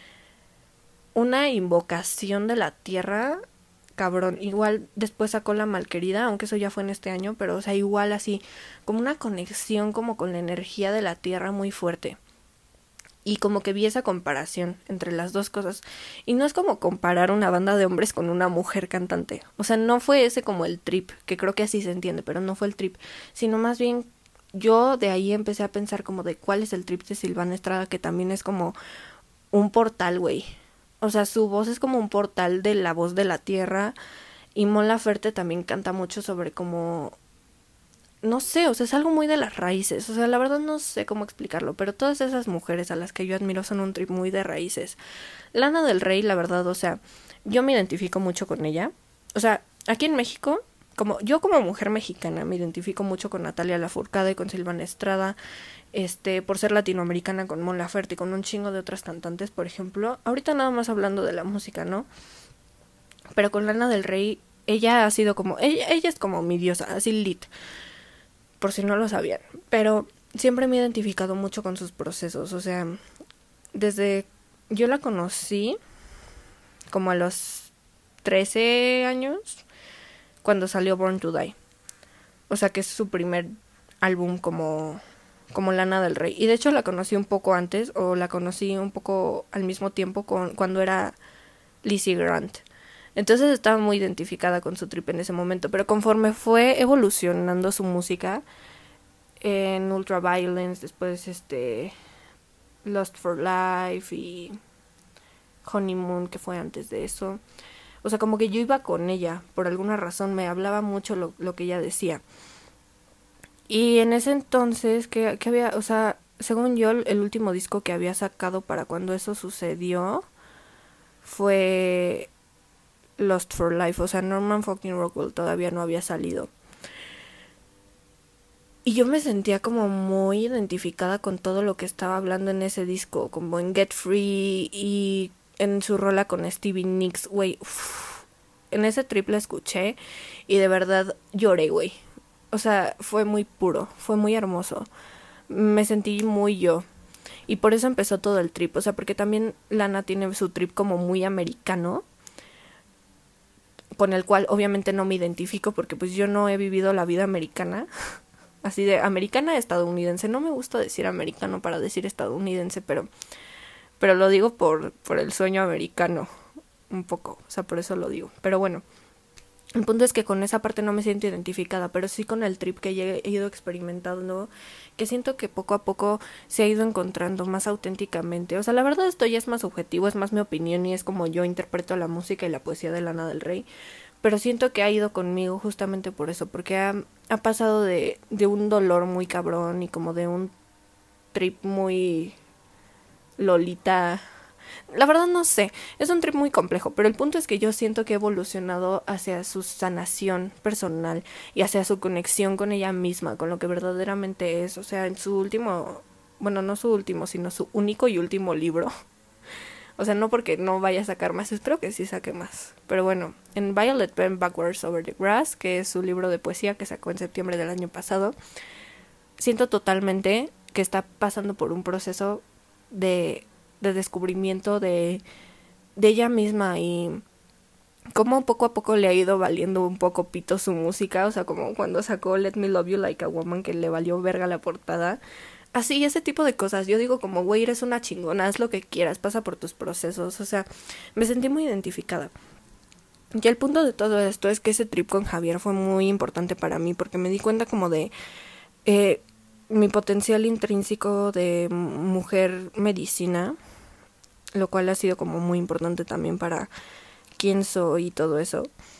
una invocación de la tierra, cabrón. Igual después sacó La Malquerida, aunque eso ya fue en este año, pero o sea, igual así, como una conexión como con la energía de la tierra muy fuerte. Y como que vi esa comparación entre las dos cosas. Y no es como comparar una banda de hombres con una mujer cantante. O sea, no fue ese como el trip, que creo que así se entiende, pero no fue el trip. Sino más bien yo de ahí empecé a pensar como de cuál es el trip de Silvana Estrada, que también es como un portal, güey. O sea, su voz es como un portal de la voz de la tierra. Y Mon Laferte también canta mucho sobre como... No sé, o sea, es algo muy de las raíces. O sea, la verdad no sé cómo explicarlo, pero todas esas mujeres a las que yo admiro son un trip muy de raíces. Lana del Rey, la verdad, o sea, yo me identifico mucho con ella. O sea, aquí en México, como yo como mujer mexicana me identifico mucho con Natalia Lafourcade y con Silvana Estrada, este, por ser latinoamericana con Mon Laferte y con un chingo de otras cantantes, por ejemplo. Ahorita nada más hablando de la música, ¿no? Pero con Lana del Rey, ella ha sido como, ella, ella es como mi diosa, así lit, por si no lo sabían, pero siempre me he identificado mucho con sus procesos, o sea, desde yo la conocí como a los trece años, cuando salió Born to Die, o sea que es su primer álbum como, como Lana del Rey, y de hecho la conocí un poco antes, o la conocí un poco al mismo tiempo con, cuando era Lizzie Grant. Entonces estaba muy identificada con su trip en ese momento, pero conforme fue evolucionando su música en Ultraviolence, después este Lost for Life y Honeymoon, que fue antes de eso, o sea, como que yo iba con ella, por alguna razón me hablaba mucho lo, lo que ella decía. Y en ese entonces, que, que había, o sea, según yo, el último disco que había sacado para cuando eso sucedió fue Lost for Life, o sea, Norman fucking Rockwell todavía no había salido. Y yo me sentía como muy identificada con todo lo que estaba hablando en ese disco, como en Get Free y en su rola con Stevie Nicks, güey. En ese trip la escuché y de verdad lloré, güey. O sea, fue muy puro, fue muy hermoso. Me sentí muy yo. Y por eso empezó todo el trip, o sea, porque también Lana tiene su trip como muy americano, con el cual obviamente no me identifico porque pues yo no he vivido la vida americana, así de americana estadounidense. No me gusta decir americano para decir estadounidense, pero pero lo digo por por el sueño americano un poco, o sea, por eso lo digo. Pero bueno, el punto es que con esa parte no me siento identificada, pero sí con el trip que he ido experimentando, que siento que poco a poco se ha ido encontrando más auténticamente. O sea, la verdad esto ya es más subjetivo, es más mi opinión y es como yo interpreto la música y la poesía de Lana del Rey. Pero siento que ha ido conmigo justamente por eso, porque ha, ha pasado de, de un dolor muy cabrón y como de un trip muy lolita. La verdad no sé, es un trip muy complejo, pero el punto es que yo siento que he evolucionado hacia su sanación personal y hacia su conexión con ella misma, con lo que verdaderamente es. O sea, en su último, bueno, no su último, sino su único y último libro. O sea, no porque no vaya a sacar más, espero que sí saque más. Pero bueno, en Violet Bent Backwards Over the Grass, que es su libro de poesía que sacó en septiembre del año pasado, siento totalmente que está pasando por un proceso de, de descubrimiento de, de ella misma y como poco a poco le ha ido valiendo un poco pito su música. O sea, como cuando sacó Let Me Love You Like a Woman, que le valió verga la portada. Así, ese tipo de cosas. Yo digo como, güey, eres una chingona, haz lo que quieras, pasa por tus procesos. O sea, me sentí muy identificada. Y el punto de todo esto es que ese trip con Javier fue muy importante para mí, porque me di cuenta como de eh, mi potencial intrínseco de mujer medicina, lo cual ha sido como muy importante también para quién soy y todo eso.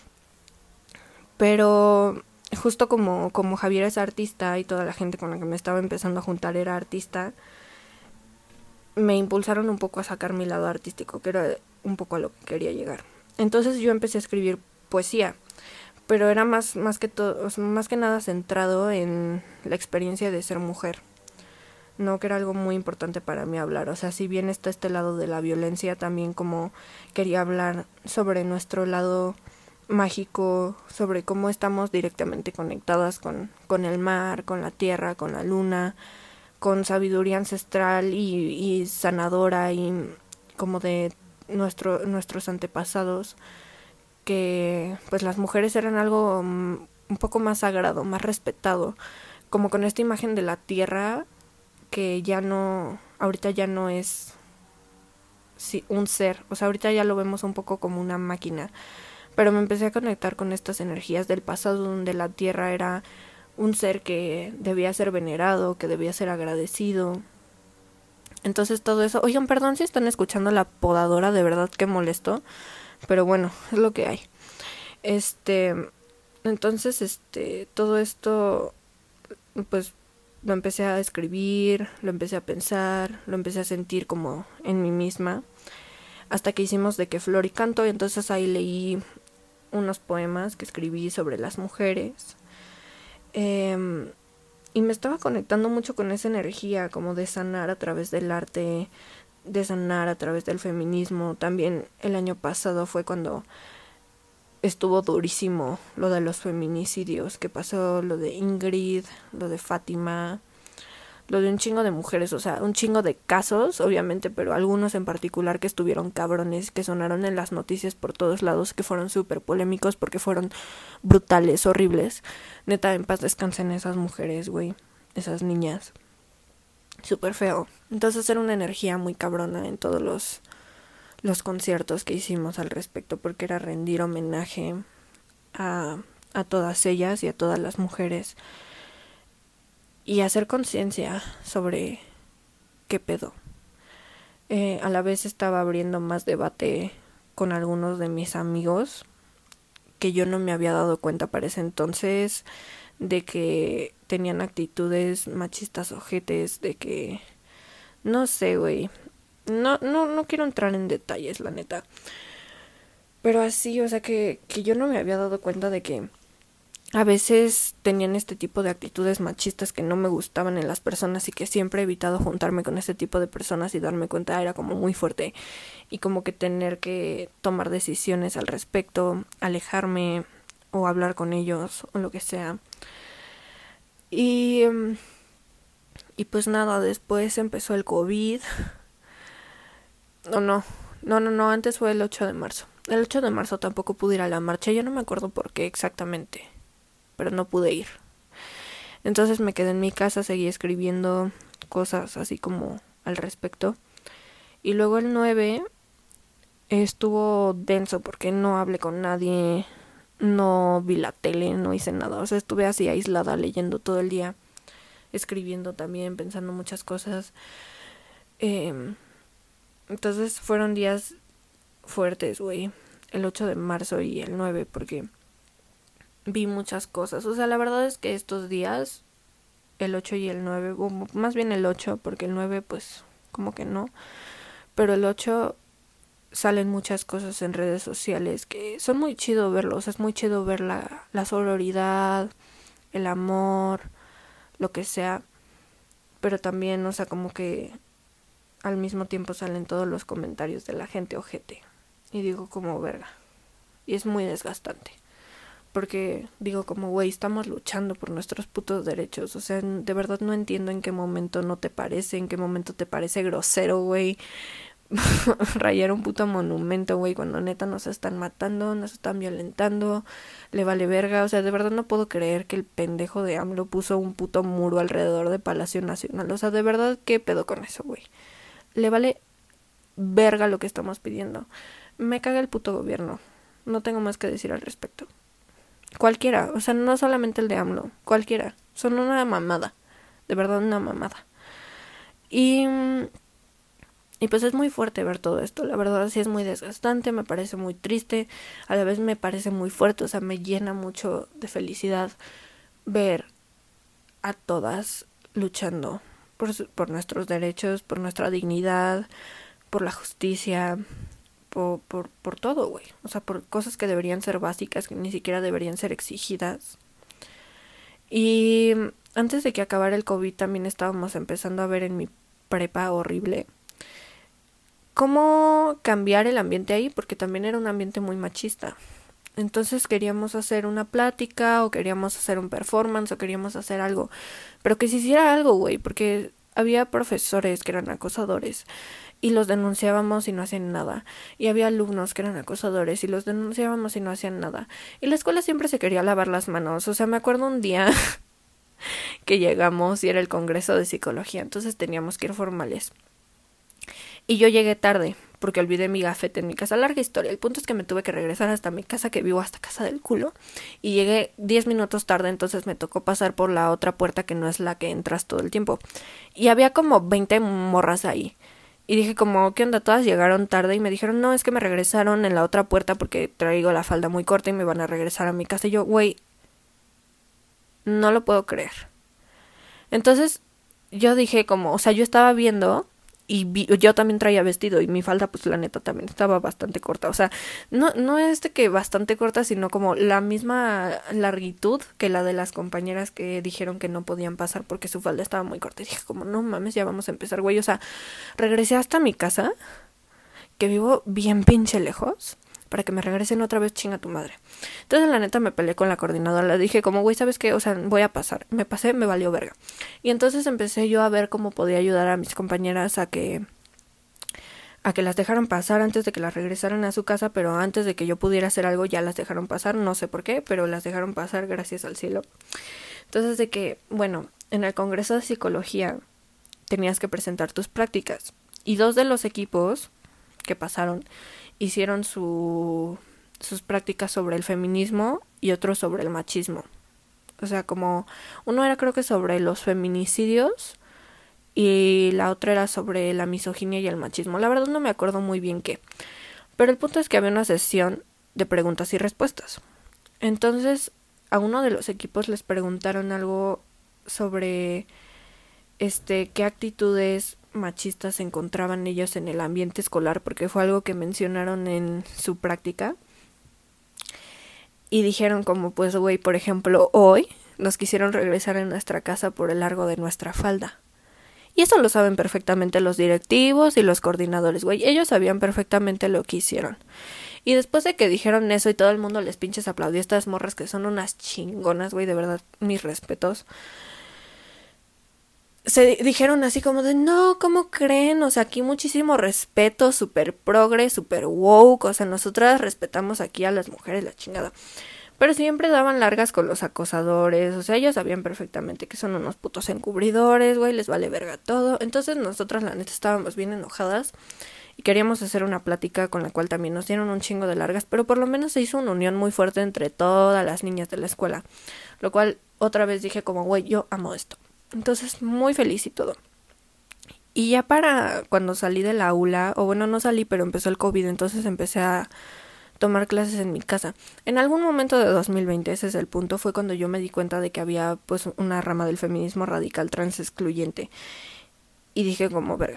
Pero justo como, como Javier es artista y toda la gente con la que me estaba empezando a juntar era artista, me impulsaron un poco a sacar mi lado artístico, que era un poco a lo que quería llegar. Entonces yo empecé a escribir poesía, pero era más, más que todo, más que nada centrado en la experiencia de ser mujer. No, que era algo muy importante para mí hablar. O sea, si bien está este lado de la violencia, también como quería hablar sobre nuestro lado mágico, sobre cómo estamos directamente conectadas con, con el mar, con la tierra, con la luna, con sabiduría ancestral y, y sanadora y como de nuestro, nuestros antepasados, que pues las mujeres eran algo um, un poco más sagrado, más respetado, como con esta imagen de la tierra que ya no, ahorita ya no es sí, un ser, o sea, ahorita ya lo vemos un poco como una máquina, pero me empecé a conectar con estas energías del pasado donde la tierra era un ser que debía ser venerado, que debía ser agradecido. Entonces todo eso, oigan, perdón si están escuchando la podadora, de verdad que molesto, pero bueno, es lo que hay. Este, entonces, este, todo esto, pues, lo empecé a escribir, lo empecé a pensar, lo empecé a sentir como en mí misma, hasta que hicimos de que flor y canto, y entonces ahí leí unos poemas que escribí sobre las mujeres, eh, y me estaba conectando mucho con esa energía, como de sanar a través del arte, de sanar a través del feminismo. También el año pasado fue cuando estuvo durísimo lo de los feminicidios, que pasó lo de Ingrid, lo de Fátima, lo de un chingo de mujeres, o sea, un chingo de casos, obviamente, pero algunos en particular que estuvieron cabrones, que sonaron en las noticias por todos lados, que fueron súper polémicos porque fueron brutales, horribles. Neta, en paz descansen esas mujeres, güey, esas niñas. Súper feo. Entonces era una energía muy cabrona en todos los, los conciertos que hicimos al respecto, porque era rendir homenaje a, a todas ellas y a todas las mujeres y hacer conciencia sobre qué pedo. Eh, a la vez estaba abriendo más debate con algunos de mis amigos que yo no me había dado cuenta para ese entonces de que tenían actitudes machistas ojetes, de que no sé, güey. No, no, no quiero entrar en detalles, la neta. Pero así, o sea, que, que yo no me había dado cuenta de que a veces tenían este tipo de actitudes machistas que no me gustaban en las personas y que siempre he evitado juntarme con este tipo de personas y darme cuenta era como muy fuerte y como que tener que tomar decisiones al respecto, alejarme o hablar con ellos o lo que sea. Y, y pues nada, después empezó el COVID. No, no, no, no, no, antes fue el ocho de marzo. El ocho de marzo tampoco pude ir a la marcha, yo no me acuerdo por qué exactamente, pero no pude ir. Entonces me quedé en mi casa, seguí escribiendo cosas así como al respecto. Y luego el nueve estuvo denso porque no hablé con nadie, no vi la tele, no hice nada. O sea, estuve así aislada leyendo todo el día, escribiendo también, pensando muchas cosas. Eh, entonces fueron días fuertes, güey, el ocho de marzo y el nueve, porque vi muchas cosas. O sea, la verdad es que estos días, el ocho y el nueve, o más bien el ocho, porque el nueve pues como que no, pero el ocho salen muchas cosas en redes sociales que son muy chido verlos. O sea, es muy chido ver la, la sororidad, el amor, lo que sea, pero también, o sea, como que al mismo tiempo salen todos los comentarios de la gente ojete. Y digo como verga. Y es muy desgastante. Porque digo como, güey, estamos luchando por nuestros putos derechos. O sea, de verdad no entiendo en qué momento no te parece, en qué momento te parece grosero, güey. Rayar un puto monumento, güey, cuando neta nos están matando, nos están violentando, le vale verga. O sea, de verdad no puedo creer que el pendejo de AMLO puso un puto muro alrededor de Palacio Nacional. O sea, de verdad, ¿qué pedo con eso, güey? Le vale verga lo que estamos pidiendo. Me caga el puto gobierno. No tengo más que decir al respecto. Cualquiera, o sea, no solamente el de AMLO, cualquiera. Son una mamada. De verdad, una mamada. Y, y pues es muy fuerte ver todo esto. La verdad sí es muy desgastante, me parece muy triste. A la vez me parece muy fuerte, o sea, me llena mucho de felicidad ver a todas luchando por, por nuestros derechos, por nuestra dignidad, por la justicia, por, por, por todo, güey. O sea, por cosas que deberían ser básicas, que ni siquiera deberían ser exigidas. Y antes de que acabara el COVID también estábamos empezando a ver en mi prepa horrible cómo cambiar el ambiente ahí, porque también era un ambiente muy machista. Entonces queríamos hacer una plática o queríamos hacer un performance o queríamos hacer algo, pero que se hiciera algo, güey, porque había profesores que eran acosadores y los denunciábamos y no hacían nada. Y había alumnos que eran acosadores y los denunciábamos y no hacían nada. Y la escuela siempre se quería lavar las manos. O sea, me acuerdo un día que llegamos y era el congreso de psicología, entonces teníamos que ir formales. Y yo llegué tarde porque olvidé mi gafete en mi casa. Larga historia. El punto es que me tuve que regresar hasta mi casa, que vivo hasta casa del culo. Y llegué diez minutos tarde, entonces me tocó pasar por la otra puerta que no es la que entras todo el tiempo. Y había como veinte morras ahí. Y dije como, ¿qué onda? Todas llegaron tarde y me dijeron, no, es que me regresaron en la otra puerta porque traigo la falda muy corta y me van a regresar a mi casa. Y yo, güey, no lo puedo creer. Entonces yo dije como, o sea, yo estaba viendo... Y vi, yo también traía vestido y mi falda, pues la neta también estaba bastante corta. O sea, no, no es de que bastante corta, sino como la misma largitud que la de las compañeras que dijeron que no podían pasar porque su falda estaba muy corta. Y dije como, no mames, ya vamos a empezar, güey. O sea, regresé hasta mi casa, que vivo bien pinche lejos, para que me regresen otra vez, chinga tu madre. Entonces la neta me peleé con la coordinadora, le dije como, güey, ¿sabes qué? O sea, voy a pasar. Me pasé, me valió verga. Y entonces empecé yo a ver cómo podía ayudar a mis compañeras a que a que las dejaran pasar antes de que las regresaran a su casa, pero antes de que yo pudiera hacer algo ya las dejaron pasar, no sé por qué, pero las dejaron pasar, gracias al cielo. Entonces de que, bueno, en el congreso de psicología tenías que presentar tus prácticas y dos de los equipos que pasaron hicieron su, sus prácticas sobre el feminismo y otro sobre el machismo. O sea, como uno era creo que sobre los feminicidios y la otra era sobre la misoginia y el machismo. La verdad no me acuerdo muy bien qué. Pero el punto es que había una sesión de preguntas y respuestas. Entonces a uno de los equipos les preguntaron algo sobre este qué actitudes machistas se encontraban ellos en el ambiente escolar, porque fue algo que mencionaron en su práctica. Y dijeron como, pues, güey, por ejemplo, hoy nos quisieron regresar a nuestra casa por el largo de nuestra falda. Y eso lo saben perfectamente los directivos y los coordinadores, güey. Ellos sabían perfectamente lo que hicieron. Y después de que dijeron eso y todo el mundo les pinches aplaudió, estas morras que son unas chingonas, güey, de verdad, mis respetos. Se dijeron así como de, no, ¿cómo creen? O sea, aquí muchísimo respeto, súper progre, súper woke, o sea, nosotras respetamos aquí a las mujeres, la chingada. Pero siempre daban largas con los acosadores, o sea, ellos sabían perfectamente que son unos putos encubridores, güey, les vale verga todo. Entonces nosotras, la neta, estábamos bien enojadas y queríamos hacer una plática con la cual también nos dieron un chingo de largas, pero por lo menos se hizo una unión muy fuerte entre todas las niñas de la escuela, lo cual otra vez dije como, güey, yo amo esto. Entonces, muy feliz y todo. Y ya para cuando salí del aula, o bueno, no salí, pero empezó el COVID, entonces empecé a tomar clases en mi casa. En algún momento de dos mil veinte, ese es el punto, fue cuando yo me di cuenta de que había pues una rama del feminismo radical trans excluyente. Y dije como, verga.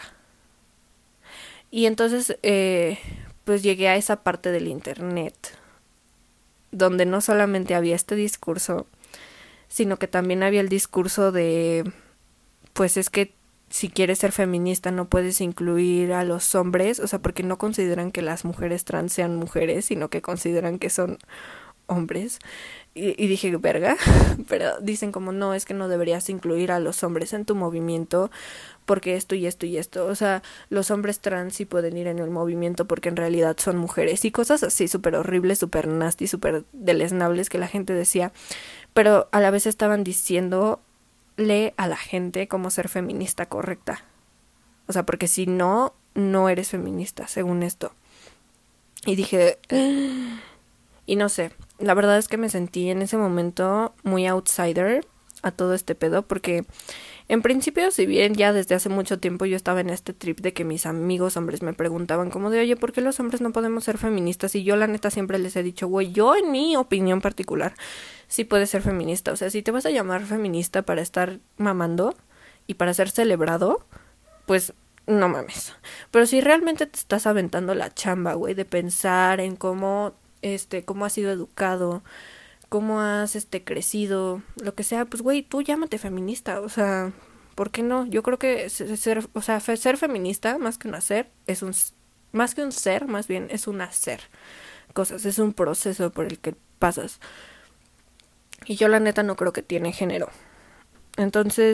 Y entonces, eh, pues llegué a esa parte del internet, donde no solamente había este discurso, sino que también había el discurso de, pues es que si quieres ser feminista no puedes incluir a los hombres, o sea, porque no consideran que las mujeres trans sean mujeres, sino que consideran que son hombres. Y, y dije, verga, pero dicen como, no, es que no deberías incluir a los hombres en tu movimiento porque esto y esto y esto, o sea, los hombres trans sí pueden ir en el movimiento porque en realidad son mujeres y cosas así súper horribles, súper nasty, súper deleznables que la gente decía, pero a la vez estaban diciéndole a la gente cómo ser feminista correcta, o sea, porque si no, no eres feminista, según esto. Y dije, y no sé, la verdad es que me sentí en ese momento muy outsider a todo este pedo, porque en principio, si bien ya desde hace mucho tiempo yo estaba en este trip de que mis amigos hombres me preguntaban como de, oye, ¿por qué los hombres no podemos ser feministas? Y yo la neta siempre les he dicho, güey, yo en mi opinión particular sí puedes ser feminista. O sea, si te vas a llamar feminista para estar mamando y para ser celebrado, pues no mames. Pero si realmente te estás aventando la chamba, güey, de pensar en cómo, este, cómo has sido educado, cómo has este crecido, lo que sea, pues güey, tú llámate feminista, o sea, ¿por qué no? Yo creo que ser, o sea, ser feminista más que un hacer es un más que un ser, más bien es un hacer cosas, es un proceso por el que pasas. Y yo la neta no creo que tiene género. Entonces,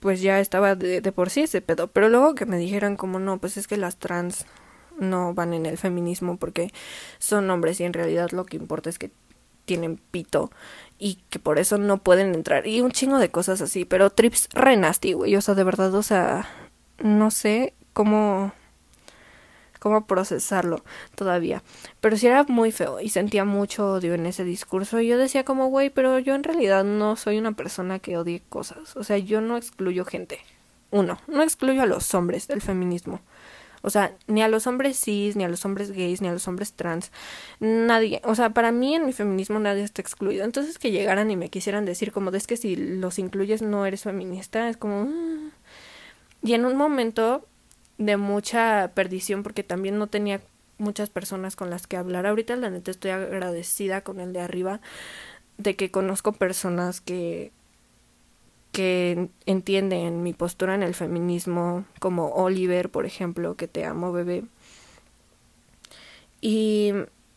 pues ya estaba de, de por sí ese pedo. Pero luego que me dijeran como no, pues es que las trans no van en el feminismo porque son hombres y en realidad lo que importa es que tienen pito y que por eso no pueden entrar y un chingo de cosas así, pero trips re nasty, güey, o sea, de verdad, o sea, no sé cómo cómo procesarlo todavía, pero sí era muy feo y sentía mucho odio en ese discurso y yo decía como, güey, pero yo en realidad no soy una persona que odie cosas, o sea, yo no excluyo gente, uno, no excluyo a los hombres del feminismo. O sea, ni a los hombres cis, ni a los hombres gays, ni a los hombres trans. Nadie. O sea, para mí en mi feminismo nadie está excluido. Entonces que llegaran y me quisieran decir como, de es que si los incluyes no eres feminista. Es como... Mm. Y en un momento de mucha perdición, porque también no tenía muchas personas con las que hablar. Ahorita la neta estoy agradecida con el de arriba. De que conozco personas que... que entienden mi postura en el feminismo, como Oliver, por ejemplo, que te amo, bebé. Y,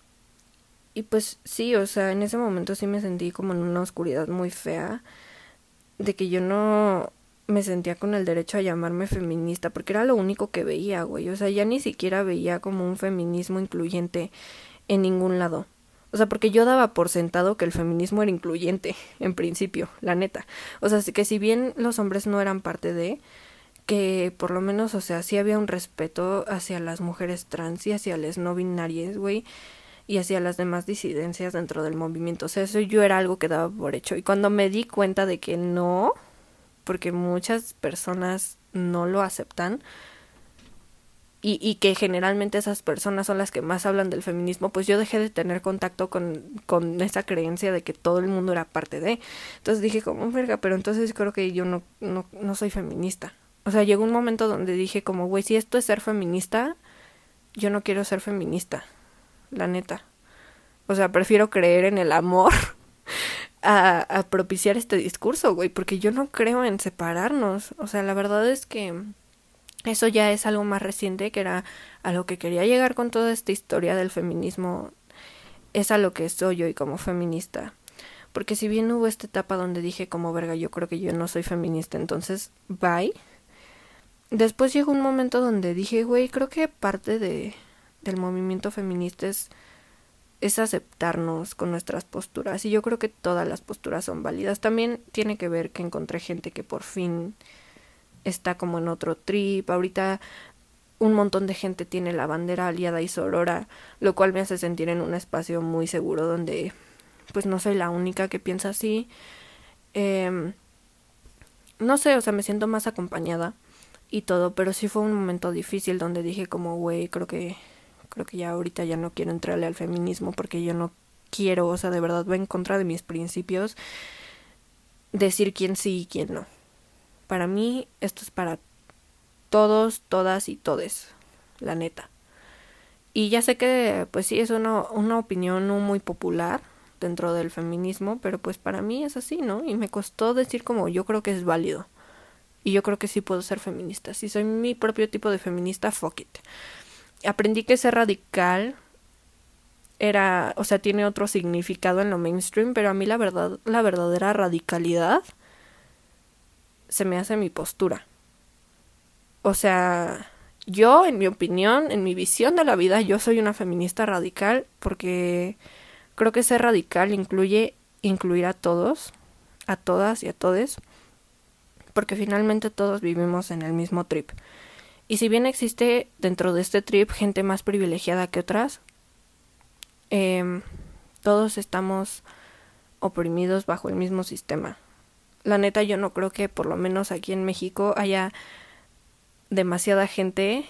y pues sí, o sea, en ese momento sí me sentí como en una oscuridad muy fea, de que yo no me sentía con el derecho a llamarme feminista, porque era lo único que veía, güey. O sea, ya ni siquiera veía como un feminismo incluyente en ningún lado. O sea, porque yo daba por sentado que el feminismo era incluyente, en principio, la neta. O sea, que si bien los hombres no eran parte de, que por lo menos, o sea, sí había un respeto hacia las mujeres trans y hacia las no binarias, güey, y hacia las demás disidencias dentro del movimiento. O sea, eso yo era algo que daba por hecho. Y cuando me di cuenta de que no, porque muchas personas no lo aceptan, Y, y que generalmente esas personas son las que más hablan del feminismo, pues yo dejé de tener contacto con, con esa creencia de que todo el mundo era parte de. Entonces dije como, verga, pero entonces creo que yo no, no, no soy feminista. O sea, llegó un momento donde dije como, güey, si esto es ser feminista, yo no quiero ser feminista, la neta. O sea, prefiero creer en el amor a, a propiciar este discurso, güey, porque yo no creo en separarnos. O sea, la verdad es que... eso ya es algo más reciente, que era a lo que quería llegar con toda esta historia del feminismo, es a lo que soy hoy como feminista. Porque si bien hubo esta etapa donde dije como, verga, yo creo que yo no soy feminista, entonces, bye. Después llegó un momento donde dije, güey, creo que parte de, del movimiento feminista es, es aceptarnos con nuestras posturas. Y yo creo que todas las posturas son válidas. También tiene que ver que encontré gente que por fin... está como en otro trip. Ahorita un montón de gente tiene la bandera aliada y sorora, lo cual me hace sentir en un espacio muy seguro donde pues no soy la única que piensa así. Eh, no sé, o sea, me siento más acompañada y todo, pero sí fue un momento difícil donde dije como, güey, creo que creo que ya ahorita ya no quiero entrarle al feminismo porque yo no quiero, o sea, de verdad va en contra de mis principios decir quién sí y quién no. Para mí esto es para todos, todas y todes, la neta. Y ya sé que pues sí es una, una opinión no muy popular dentro del feminismo, pero pues para mí es así, ¿no? Y me costó decir como yo creo que es válido. Y yo creo que sí puedo ser feminista. Si soy mi propio tipo de feminista, fuck it. Aprendí que ser radical era, o sea, tiene otro significado en lo mainstream, pero a mí la verdad, la verdadera radicalidad se me hace mi postura. O sea, yo, en mi opinión, en mi visión de la vida, yo soy una feminista radical porque creo que ser radical incluye incluir a todos, a todas y a todes, porque finalmente todos vivimos en el mismo trip. Y si bien existe dentro de este trip gente más privilegiada que otras, eh, todos estamos oprimidos bajo el mismo sistema. La neta, yo no creo que por lo menos aquí en México haya demasiada gente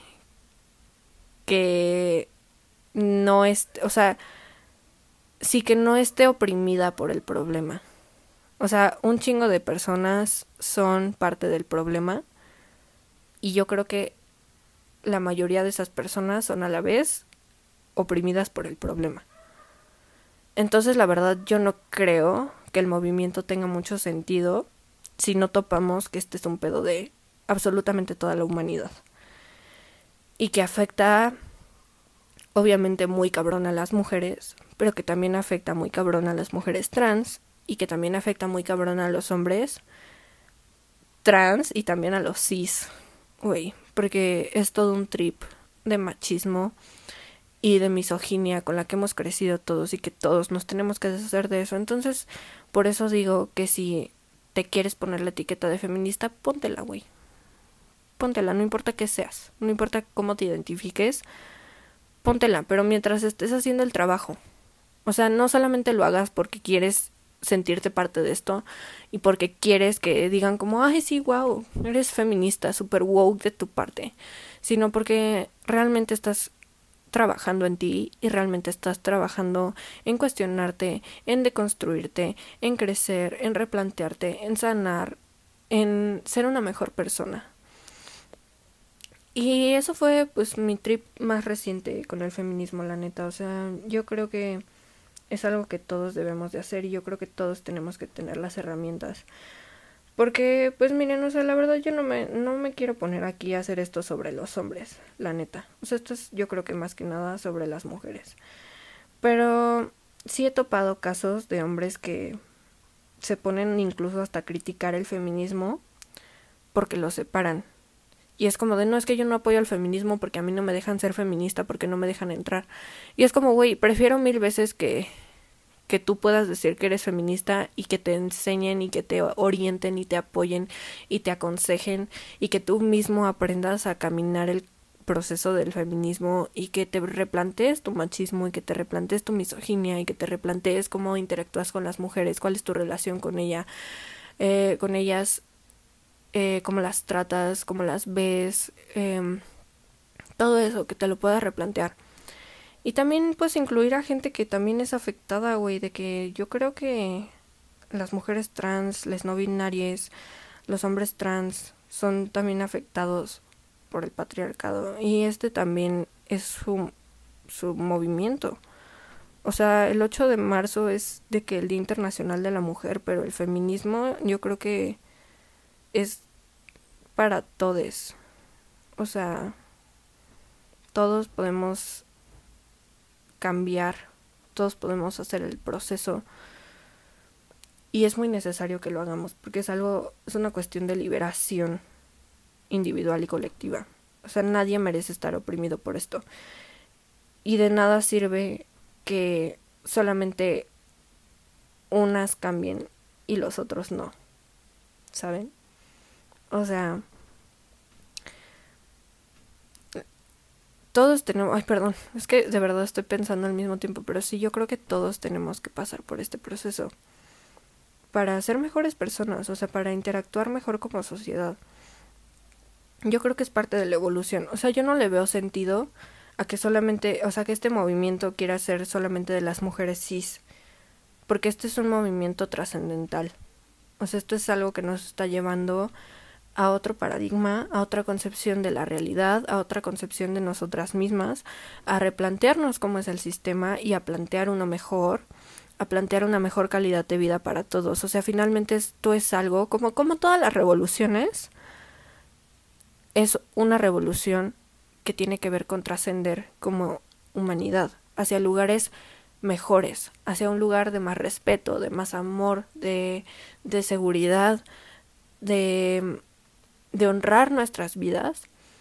que no esté, o sea, sí que no esté oprimida por el problema. O sea, un chingo de personas son parte del problema y yo creo que la mayoría de esas personas son a la vez oprimidas por el problema. Entonces, la verdad, yo no creo que el movimiento tenga mucho sentido si no topamos que este es un pedo de absolutamente toda la humanidad y que afecta obviamente muy cabrón a las mujeres, pero que también afecta muy cabrón a las mujeres trans y que también afecta muy cabrón a los hombres, trans y también a los cis, güey, porque es todo un trip de machismo y de misoginia con la que hemos crecido todos y que todos nos tenemos que deshacer de eso. Entonces, por eso digo que si te quieres poner la etiqueta de feminista, póntela, güey. Póntela, no importa qué seas, no importa cómo te identifiques, póntela, pero mientras estés haciendo el trabajo. O sea, no solamente lo hagas porque quieres sentirte parte de esto y porque quieres que digan como, ay, sí, wow, eres feminista, super woke de tu parte, sino porque realmente estás trabajando en ti y realmente estás trabajando en cuestionarte, en deconstruirte, en crecer, en replantearte, en sanar, en ser una mejor persona. Y eso fue pues mi trip más reciente con el feminismo, la neta. O sea, yo creo que es algo que todos debemos de hacer y yo creo que todos tenemos que tener las herramientas. Porque, pues miren, o sea, la verdad yo no me, no me quiero poner aquí a hacer esto sobre los hombres, la neta. O sea, esto es yo creo que más que nada sobre las mujeres. Pero sí he topado casos de hombres que se ponen incluso hasta a criticar el feminismo porque lo separan. Y es como de, no, es que yo no apoyo al feminismo porque a mí no me dejan ser feminista, porque no me dejan entrar. Y es como, güey, prefiero mil veces que, que tú puedas decir que eres feminista y que te enseñen y que te orienten y te apoyen y te aconsejen y que tú mismo aprendas a caminar el proceso del feminismo y que te replantees tu machismo y que te replantees tu misoginia y que te replantees cómo interactúas con las mujeres, cuál es tu relación con ella, eh, con ellas, eh, cómo las tratas, cómo las ves, eh, todo eso, que te lo puedas replantear. Y también pues incluir a gente que también es afectada, güey, de que yo creo que las mujeres trans, las no binarias, los hombres trans son también afectados por el patriarcado y este también es su, su movimiento. O sea, el ocho de marzo es de que el Día Internacional de la Mujer, pero el feminismo yo creo que es para todes. O sea, todos podemos cambiar, todos podemos hacer el proceso y es muy necesario que lo hagamos porque es algo, es una cuestión de liberación individual y colectiva. O sea, nadie merece estar oprimido por esto y de nada sirve que solamente unas cambien y los otros no, ¿saben? O sea, todos tenemos, ay, perdón, es que de verdad estoy pensando al mismo tiempo, pero sí, yo creo que todos tenemos que pasar por este proceso para ser mejores personas, o sea, para interactuar mejor como sociedad. Yo creo que es parte de la evolución, o sea, yo no le veo sentido a que solamente, o sea, que este movimiento quiera ser solamente de las mujeres cis, porque este es un movimiento trascendental, o sea, esto es algo que nos está llevando a otro paradigma, a otra concepción de la realidad, a otra concepción de nosotras mismas, a replantearnos cómo es el sistema y a plantear uno mejor, a plantear una mejor calidad de vida para todos. O sea, finalmente esto es algo, como, como todas las revoluciones, es una revolución que tiene que ver con trascender como humanidad hacia lugares mejores, hacia un lugar de más respeto, de más amor, de, de seguridad, de de honrar nuestras vidas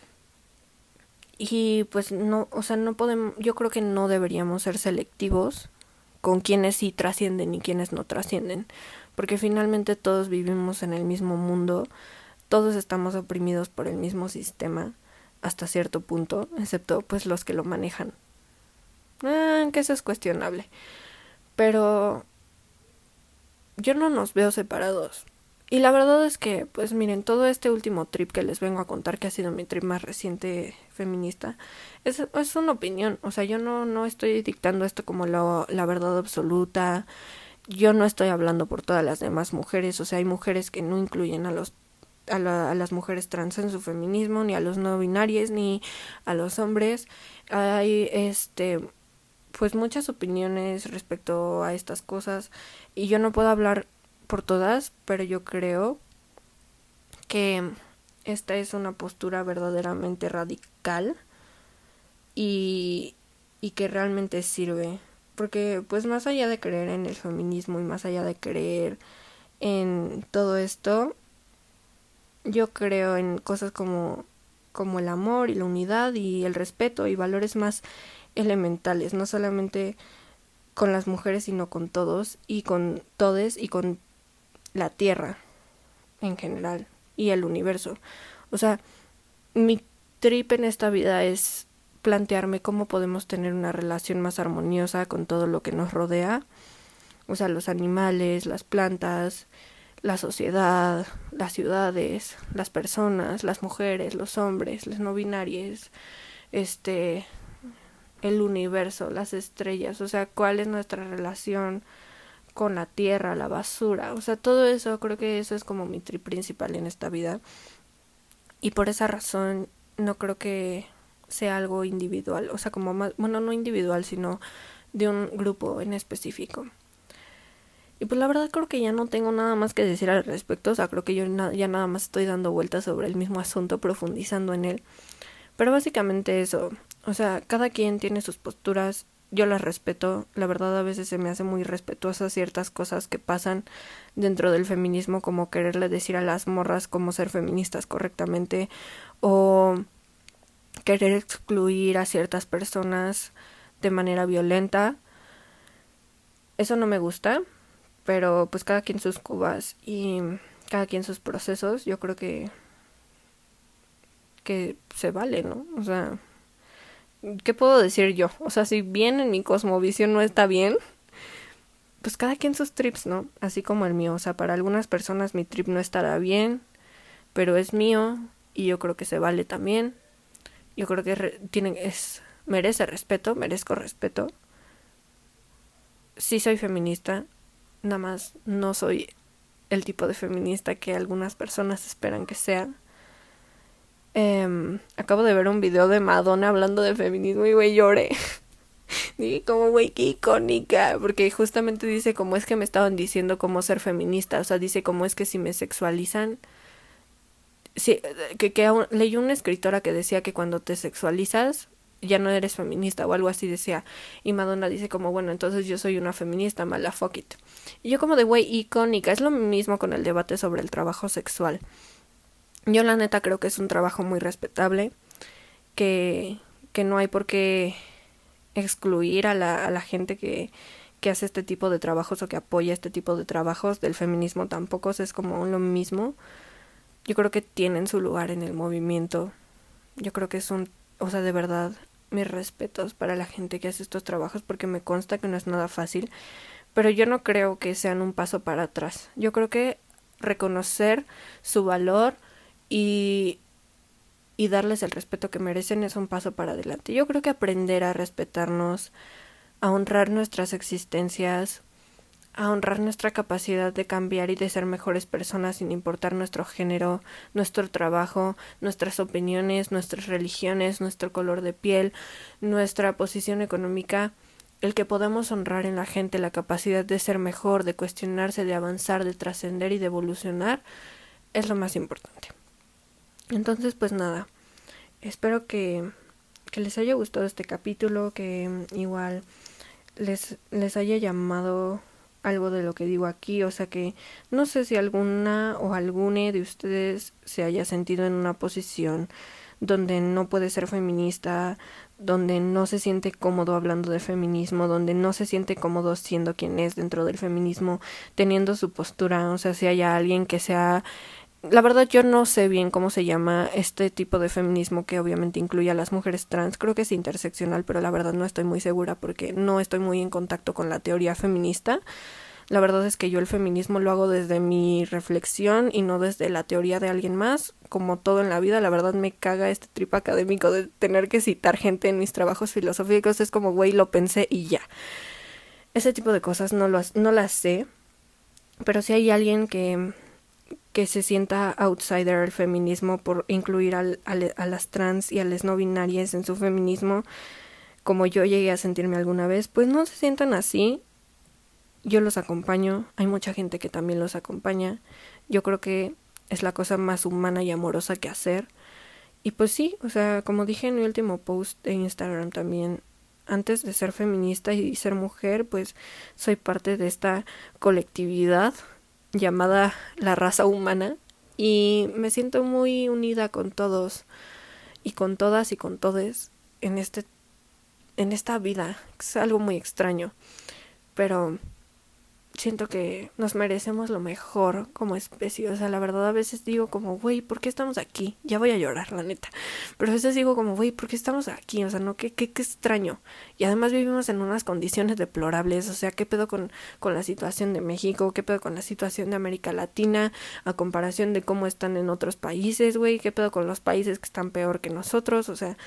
y pues no, o sea, no podemos, yo creo que no deberíamos ser selectivos con quienes sí trascienden y quienes no trascienden, porque finalmente todos vivimos en el mismo mundo, todos estamos oprimidos por el mismo sistema hasta cierto punto, excepto pues los que lo manejan, ah, que eso es cuestionable, pero yo no nos veo separados. Y la verdad es que, pues miren, todo este último trip que les vengo a contar, que ha sido mi trip más reciente feminista, es, es una opinión. O sea, yo no, no estoy dictando esto como la, la verdad absoluta. Yo no estoy hablando por todas las demás mujeres. O sea, hay mujeres que no incluyen a los a, la, a las mujeres trans en su feminismo, ni a los no binarios, ni a los hombres. Hay, este, pues muchas opiniones respecto a estas cosas. Y yo no puedo hablar por todas, pero yo creo que esta es una postura verdaderamente radical y, y que realmente sirve, porque pues más allá de creer en el feminismo y más allá de creer en todo esto, yo creo en cosas como, como el amor y la unidad y el respeto y valores más elementales, no solamente con las mujeres, sino con todos y con todes y con la tierra en general y el universo. O sea, mi trip en esta vida es plantearme cómo podemos tener una relación más armoniosa con todo lo que nos rodea, o sea, los animales, las plantas, la sociedad, las ciudades, las personas, las mujeres, los hombres, los no binarios, este, el universo, las estrellas, o sea, cuál es nuestra relación con la tierra, la basura, o sea, todo eso, creo que eso es como mi trip principal en esta vida. Y por esa razón no creo que sea algo individual, o sea, como más, bueno, no individual, sino de un grupo en específico. Y pues la verdad creo que ya no tengo nada más que decir al respecto, o sea, creo que yo na- ya nada más estoy dando vueltas sobre el mismo asunto, profundizando en él. Pero básicamente eso, o sea, cada quien tiene sus posturas, yo las respeto, la verdad a veces se me hace muy respetuosa ciertas cosas que pasan dentro del feminismo, como quererle decir a las morras cómo ser feministas correctamente, o querer excluir a ciertas personas de manera violenta. Eso no me gusta, pero pues cada quien sus cubas y cada quien sus procesos, yo creo que que se vale, ¿no? O sea, ¿qué puedo decir yo? O sea, si bien en mi cosmovisión no está bien, pues cada quien sus trips, ¿no? Así como el mío. O sea, para algunas personas mi trip no estará bien, pero es mío y yo creo que se vale también. Yo creo que re- tienen, es, merece respeto, merezco respeto. Sí soy feminista, nada más no soy el tipo de feminista que algunas personas esperan que sea. Eh, acabo de ver un video de Madonna hablando de feminismo y güey lloré. Dije como güey qué icónica, porque justamente dice cómo es que me estaban diciendo cómo ser feminista, o sea, dice cómo es que si me sexualizan, sí, que, que aún, leí una escritora que decía que cuando te sexualizas ya no eres feminista o algo así decía, y Madonna dice como bueno, entonces yo soy una feminista, mala fuck it. Y yo como de güey icónica, es lo mismo con el debate sobre el trabajo sexual. Yo la neta creo que es un trabajo muy respetable, que, que no hay por qué excluir a la, a la gente que, que hace este tipo de trabajos o que apoya este tipo de trabajos. Del feminismo tampoco, o sea, es como lo mismo. Yo creo que tienen su lugar en el movimiento. Yo creo que es un, o sea, de verdad, mis respetos para la gente que hace estos trabajos porque me consta que no es nada fácil, pero yo no creo que sean un paso para atrás. Yo creo que reconocer su valor y y darles el respeto que merecen es un paso para adelante. Yo creo que aprender a respetarnos, a honrar nuestras existencias, a honrar nuestra capacidad de cambiar y de ser mejores personas sin importar nuestro género, nuestro trabajo, nuestras opiniones, nuestras religiones, nuestro color de piel, nuestra posición económica, el que podamos honrar en la gente la capacidad de ser mejor, de cuestionarse, de avanzar, de trascender y de evolucionar, es lo más importante. Entonces, pues nada, espero que, que les haya gustado este capítulo, que igual les, les haya llamado algo de lo que digo aquí, o sea que no sé si alguna o alguna de ustedes se haya sentido en una posición donde no puede ser feminista, donde no se siente cómodo hablando de feminismo, donde no se siente cómodo siendo quien es dentro del feminismo, teniendo su postura, o sea, si haya alguien que sea. La verdad yo no sé bien cómo se llama este tipo de feminismo que obviamente incluye a las mujeres trans, creo que es interseccional, pero la verdad no estoy muy segura porque no estoy muy en contacto con la teoría feminista. La verdad es que yo el feminismo lo hago desde mi reflexión y no desde la teoría de alguien más, como todo en la vida. La verdad me caga este trip académico de tener que citar gente en mis trabajos filosóficos, es como güey lo pensé y ya. Ese tipo de cosas no, lo, no las sé, pero si hay alguien que que se sienta outsider al feminismo por incluir al, al, a las trans y a las no binarias en su feminismo, como yo llegué a sentirme alguna vez, pues no se sientan así. Yo los acompaño, hay mucha gente que también los acompaña. Yo creo que es la cosa más humana y amorosa que hacer. Y pues sí, o sea, como dije en mi último post de Instagram también, antes de ser feminista y ser mujer, pues soy parte de esta colectividad llamada la raza humana, Y me siento muy unida con todos y con todas y con todes en este en esta vida. Es algo muy extraño, pero siento que nos merecemos lo mejor como especie. O sea, la verdad a veces digo como, güey, ¿por qué estamos aquí? Ya voy a llorar, la neta. Pero a veces digo como, güey, ¿por qué estamos aquí? O sea, no, qué, qué, qué extraño. Y además vivimos en unas condiciones deplorables. O sea, ¿qué pedo con, con la situación de México? ¿Qué pedo con la situación de América Latina? A comparación de cómo están en otros países, güey. ¿Qué pedo con los países que están peor que nosotros? O sea,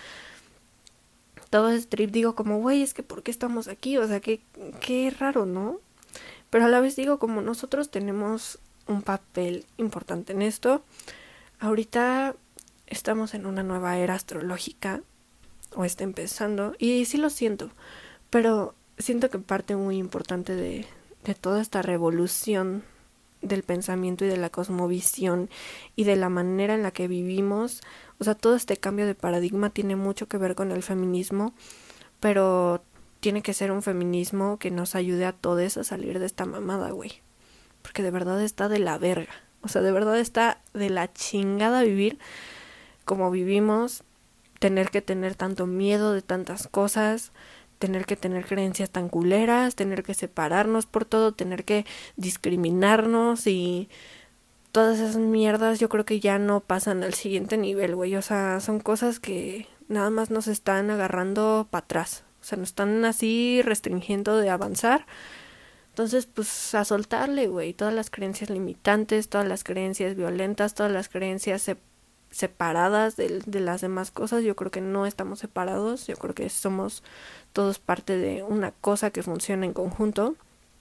todo ese trip digo como, güey, es que ¿por qué estamos aquí? O sea, qué, qué raro, ¿no? Pero a la vez digo, como nosotros tenemos un papel importante en esto, ahorita estamos en una nueva era astrológica, o está empezando, y sí lo siento, pero siento que parte muy importante de, de toda esta revolución del pensamiento y de la cosmovisión y de la manera en la que vivimos, o sea, todo este cambio de paradigma tiene mucho que ver con el feminismo, pero tiene que ser un feminismo que nos ayude a todos a salir de esta mamada, güey. Porque de verdad está de la verga. O sea, de verdad está de la chingada vivir como vivimos, tener que tener tanto miedo de tantas cosas, tener que tener creencias tan culeras, tener que separarnos por todo, tener que discriminarnos y todas esas mierdas yo creo que ya no pasan al siguiente nivel, güey. O sea, son cosas que nada más nos están agarrando para atrás. O sea, nos están así restringiendo de avanzar. Entonces, pues a soltarle, güey. Todas las creencias limitantes, todas las creencias violentas, todas las creencias se- separadas de, de las demás cosas. Yo creo que no estamos separados. Yo creo que somos todos parte de una cosa que funciona en conjunto.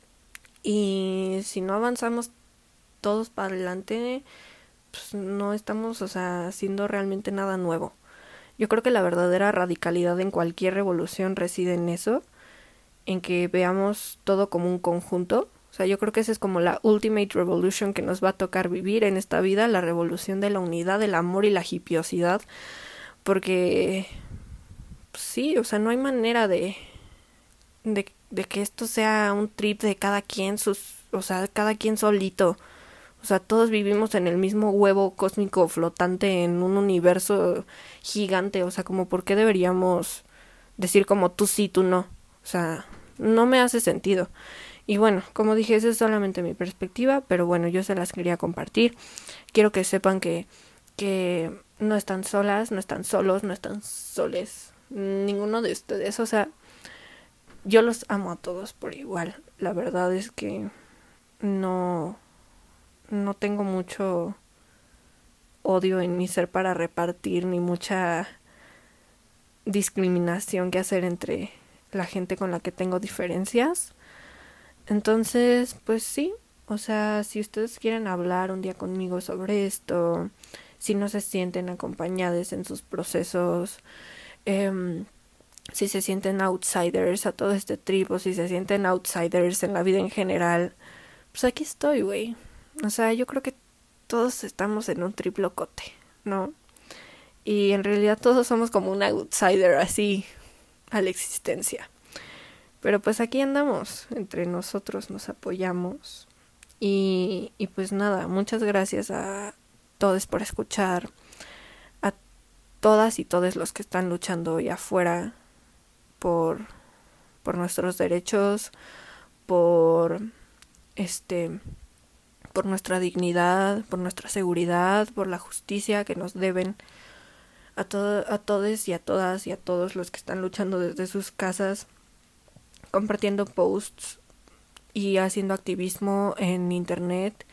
Y si no avanzamos todos para adelante, pues no estamos, o sea, haciendo realmente nada nuevo. Yo creo que la verdadera radicalidad en cualquier revolución reside en eso, en que veamos todo como un conjunto. O sea, yo creo que esa es como la ultimate revolution que nos va a tocar vivir en esta vida, la revolución de la unidad, del amor y la hipiosidad, porque pues sí, o sea, no hay manera de, de de que esto sea un trip de cada quien sus, o sea, cada quien solito. O sea, todos vivimos en el mismo huevo cósmico flotante en un universo gigante. O sea, como por qué deberíamos decir como tú sí, tú no. O sea, no me hace sentido. Y bueno, como dije, esa es solamente mi perspectiva, pero bueno, yo se las quería compartir. Quiero que sepan que, que no están solas, no están solos, no están soles. Ninguno de ustedes. O sea, yo los amo a todos por igual. La verdad es que no... no tengo mucho odio en mi ser para repartir, ni mucha discriminación que hacer entre la gente con la que tengo diferencias. Entonces, pues sí, o sea, si ustedes quieren hablar un día conmigo sobre esto, si no se sienten acompañados en sus procesos, eh, si se sienten outsiders a todo este trip, o si se sienten outsiders en la vida en general, pues aquí estoy, güey. O sea, yo creo que todos estamos en un triplocote, ¿no? Y en realidad todos somos como un outsider así a la existencia. Pero pues aquí andamos, entre nosotros nos apoyamos. Y, y pues nada, muchas gracias a todos por escuchar, a todas y todos los que están luchando hoy afuera por, por nuestros derechos, por este... por nuestra dignidad, por nuestra seguridad, por la justicia que nos deben a, to- a todos y a todas y a todos los que están luchando desde sus casas, compartiendo posts y haciendo activismo en internet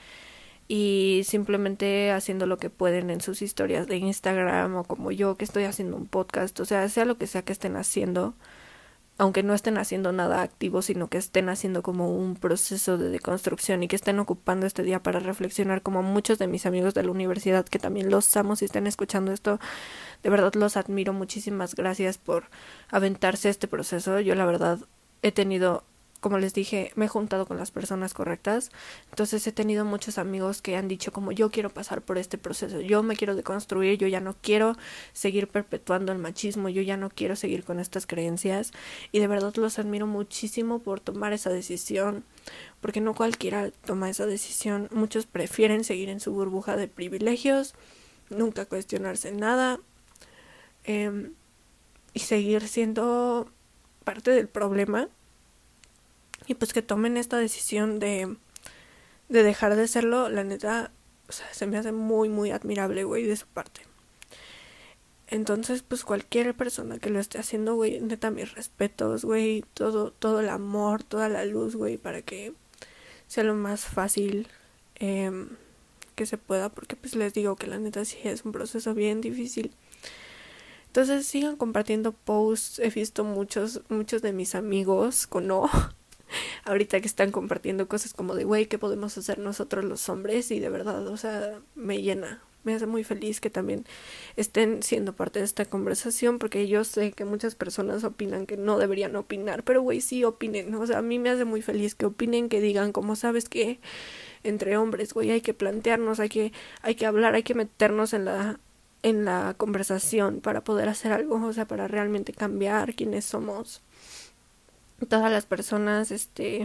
y simplemente haciendo lo que pueden en sus historias de Instagram, o como yo que estoy haciendo un podcast. O sea, sea lo que sea que estén haciendo, aunque no estén haciendo nada activo, sino que estén haciendo como un proceso de deconstrucción y que estén ocupando este día para reflexionar, como muchos de mis amigos de la universidad, que también los amo si están escuchando esto. De verdad los admiro, muchísimas gracias por aventarse este proceso. Yo la verdad he tenido como les dije, me he juntado con las personas correctas. Entonces he tenido muchos amigos que han dicho como yo quiero pasar por este proceso, yo me quiero deconstruir, yo ya no quiero seguir perpetuando el machismo, yo ya no quiero seguir con estas creencias. Y de verdad los admiro muchísimo por tomar esa decisión, porque no cualquiera toma esa decisión. Muchos prefieren seguir en su burbuja de privilegios, nunca cuestionarse nada, eh, y seguir siendo parte del problema. Y pues que tomen esta decisión de, de dejar de serlo, la neta, o sea, se me hace muy, muy admirable, güey, de su parte. Entonces, pues cualquier persona que lo esté haciendo, güey, neta, mis respetos, güey, todo, todo el amor, toda la luz, güey, para que sea lo más fácil eh, que se pueda, porque pues les digo que la neta sí es un proceso bien difícil. Entonces sigan compartiendo posts. He visto muchos, muchos de mis amigos con no ahorita que están compartiendo cosas como de, güey, ¿qué podemos hacer nosotros los hombres? Y de verdad, o sea, me llena, me hace muy feliz que también estén siendo parte de esta conversación, porque yo sé que muchas personas opinan que no deberían opinar, pero güey, sí opinen, o sea, a mí me hace muy feliz que opinen, que digan, como sabes que entre hombres, güey, hay que plantearnos, hay que, hay que hablar, hay que meternos en la, en la conversación para poder hacer algo, o sea, para realmente cambiar quiénes somos. Todas las personas este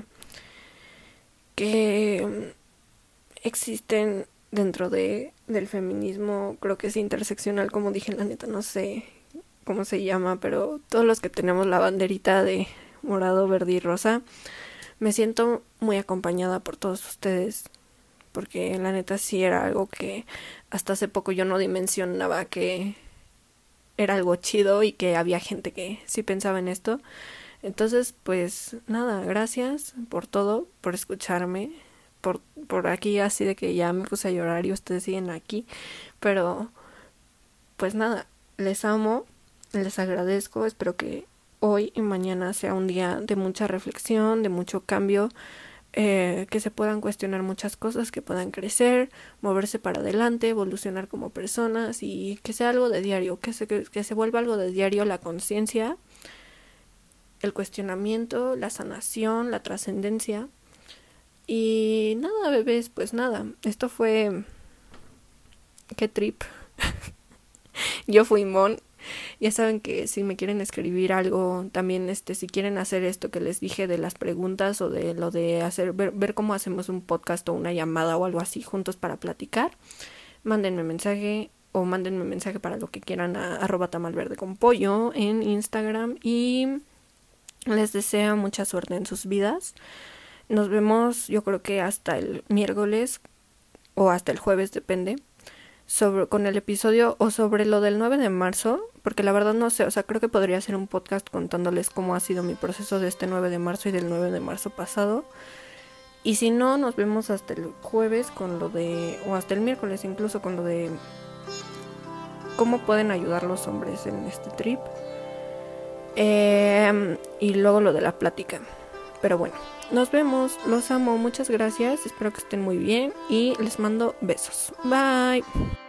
que existen dentro de del feminismo, creo que es interseccional, como dije, la neta no sé cómo se llama, pero todos los que tenemos la banderita de morado, verde y rosa, me siento muy acompañada por todos ustedes, porque la neta sí era algo que hasta hace poco yo no dimensionaba que era algo chido y que había gente que sí pensaba en esto. Entonces, pues nada, gracias por todo, por escucharme, por, por aquí así de que ya me puse a llorar y ustedes siguen aquí, pero pues nada, les amo, les agradezco, espero que hoy y mañana sea un día de mucha reflexión, de mucho cambio, eh, que se puedan cuestionar muchas cosas, que puedan crecer, moverse para adelante, evolucionar como personas y que sea algo de diario, que se, que, que se vuelva algo de diario la conciencia, el cuestionamiento, la sanación, la trascendencia. Y nada, bebés, pues nada, esto fue... qué trip. Yo fui Mon. Ya saben que si me quieren escribir algo, también este si quieren hacer esto que les dije de las preguntas o de lo de hacer ver, ver cómo hacemos un podcast o una llamada o algo así juntos para platicar, mándenme mensaje o mándenme mensaje para lo que quieran a arroba tamalverde con pollo en Instagram y les deseo mucha suerte en sus vidas. Nos vemos, yo creo que hasta el miércoles o hasta el jueves, depende, sobre con el episodio o sobre lo del nueve de marzo, porque la verdad no sé, o sea, creo que podría hacer un podcast contándoles cómo ha sido mi proceso de este nueve de marzo y del nueve de marzo pasado. Y si no, nos vemos hasta el jueves con lo de, o hasta el miércoles incluso, con lo de cómo pueden ayudar los hombres en este trip. Eh, y luego lo de la plática. Pero bueno, nos vemos, los amo, muchas gracias, espero que estén muy bien y les mando besos. Bye.